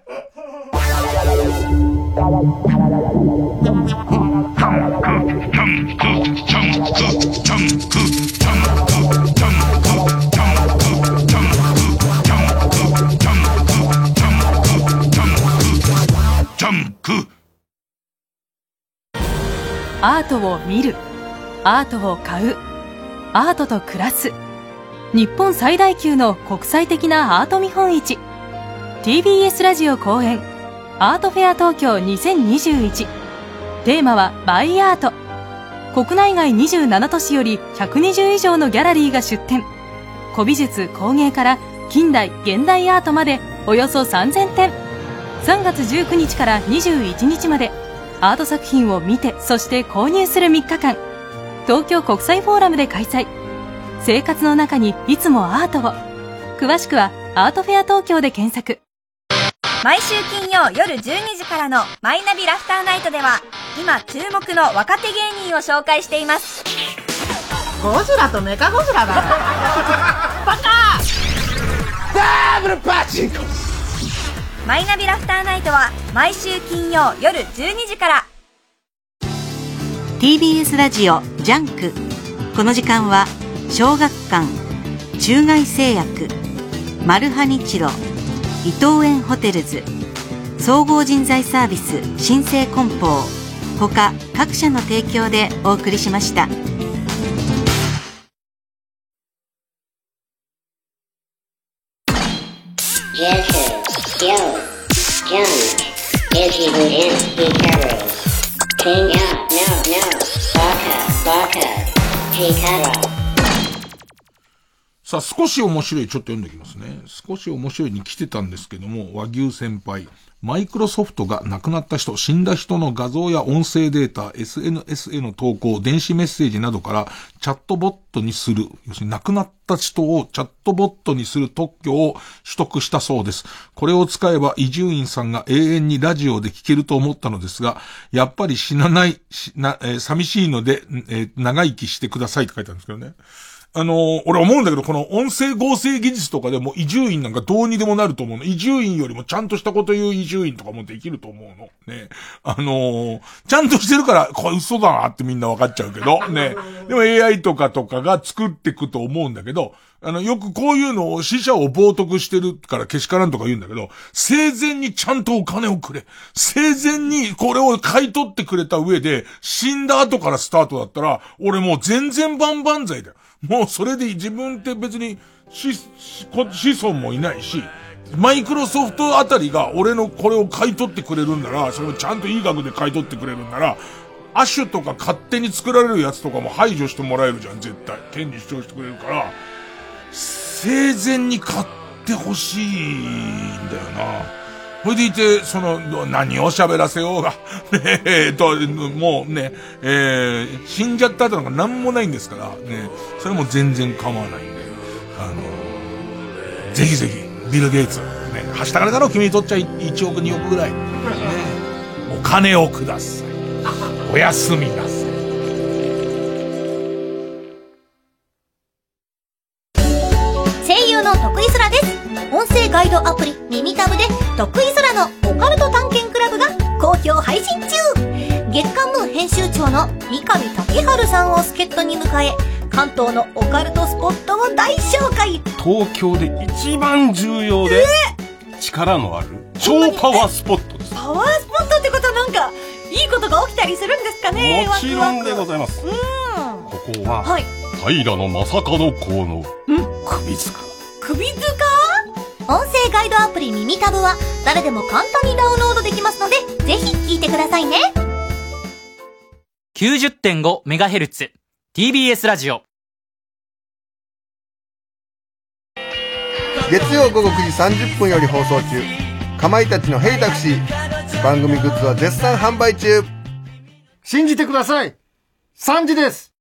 アートを見る、アートを買う、アートと暮らす。 日本最大級の国際的なアート見本市 TBS ラジオ公演アートフェア東京2021。テーマはバイアート。国内外27都市より120以上のギャラリーが出展。古美術工芸から近代現代アートまでおよそ3000点。3月19日から21日までアート作品を見て、そして購入する3日間、東京国際フォーラムで開催。生活の中にいつもアートを。詳しくはアートフェア東京で検索。 毎週金曜夜12時からのマイナビラフターナイトでは、今注目の若手芸人を紹介しています。 ゴジラとメカゴジラだよ。バカダブルパチンコ。 マイナビラフターナイトは毎週金曜夜12時から。 TBS ラジオジャンク。この時間は小学館、中外製薬、マルハニチロ、伊東園ホテルズ、総合人材サービス新生梱包他各社の提供でお送りしました。 さあ、少し面白い、ちょっと読んでおきますね。少し面白いに来てたんですけども、和牛先輩。マイクロソフトが亡くなった人、死んだ人の画像や音声データ、SNS への投稿、電子メッセージなどからチャットボットにする、要するに亡くなった人をチャットボットにする特許を取得したそうです。これを使えば伊集院さんが永遠にラジオで聞けると思ったのですが、やっぱり死なない、寂しいので、長生きしてくださいって書いてあるんですけどね。俺思うんだけど、この音声合成技術とかでも伊集院なんかどうにでもなると思うの。伊集院よりもちゃんとしたこと言う伊集院とかもできると思うの。ね。ちゃんとしてるから、これ嘘だなってみんな分かっちゃうけど、ね。でも AI とかが作っていくと思うんだけど、よくこういうのを死者を冒涜してるからけしからんとか言うんだけど、生前にちゃんとお金をくれ。生前にこれを買い取ってくれた上で、死んだ後からスタートだったら、俺もう全然万々歳だよ。もうそれで自分って別に子孫もいないし、マイクロソフトあたりが俺のこれを買い取ってくれるんなら、それをちゃんといい額で買い取ってくれるんなら、アッシュとか勝手に作られるやつとかも排除してもらえるじゃん、絶対。権利主張してくれるから、生前に買ってほしいんだよな。それでいて、何を喋らせようが、もうね、死んじゃった後なんか何もないんですから、ね、それも全然構わないんで、ぜひぜひ、ビル・ゲイツ、ね、はした金だろ、君にとっちゃ1億2億ぐらい、ね、お金をください。おやすみなさい。 声優の徳井空です。音声ガイドアプリ耳タブで徳井空のオカルト探検クラブが好評配信中。月刊ムー編集長の三上竹春さんを助っ人に迎え、関東のオカルトスポットを大紹介。 東京で一番重要で力のある超パワースポットです。 パワースポットってことはなんかいいことが起きたりするんですかね。 もちろんでございます。ここは、はい、平野正門公の首塚。 首塚？音声ガイドアプリ耳タブは誰でも簡単にダウンロードできますので、ぜひ聞いてくださいね。 90.5MHz TBS ラジオ。 月曜午後9時30分より放送中、かまいたちのヘイタクシー。番組グッズは絶賛販売中。 信じてください。3時です。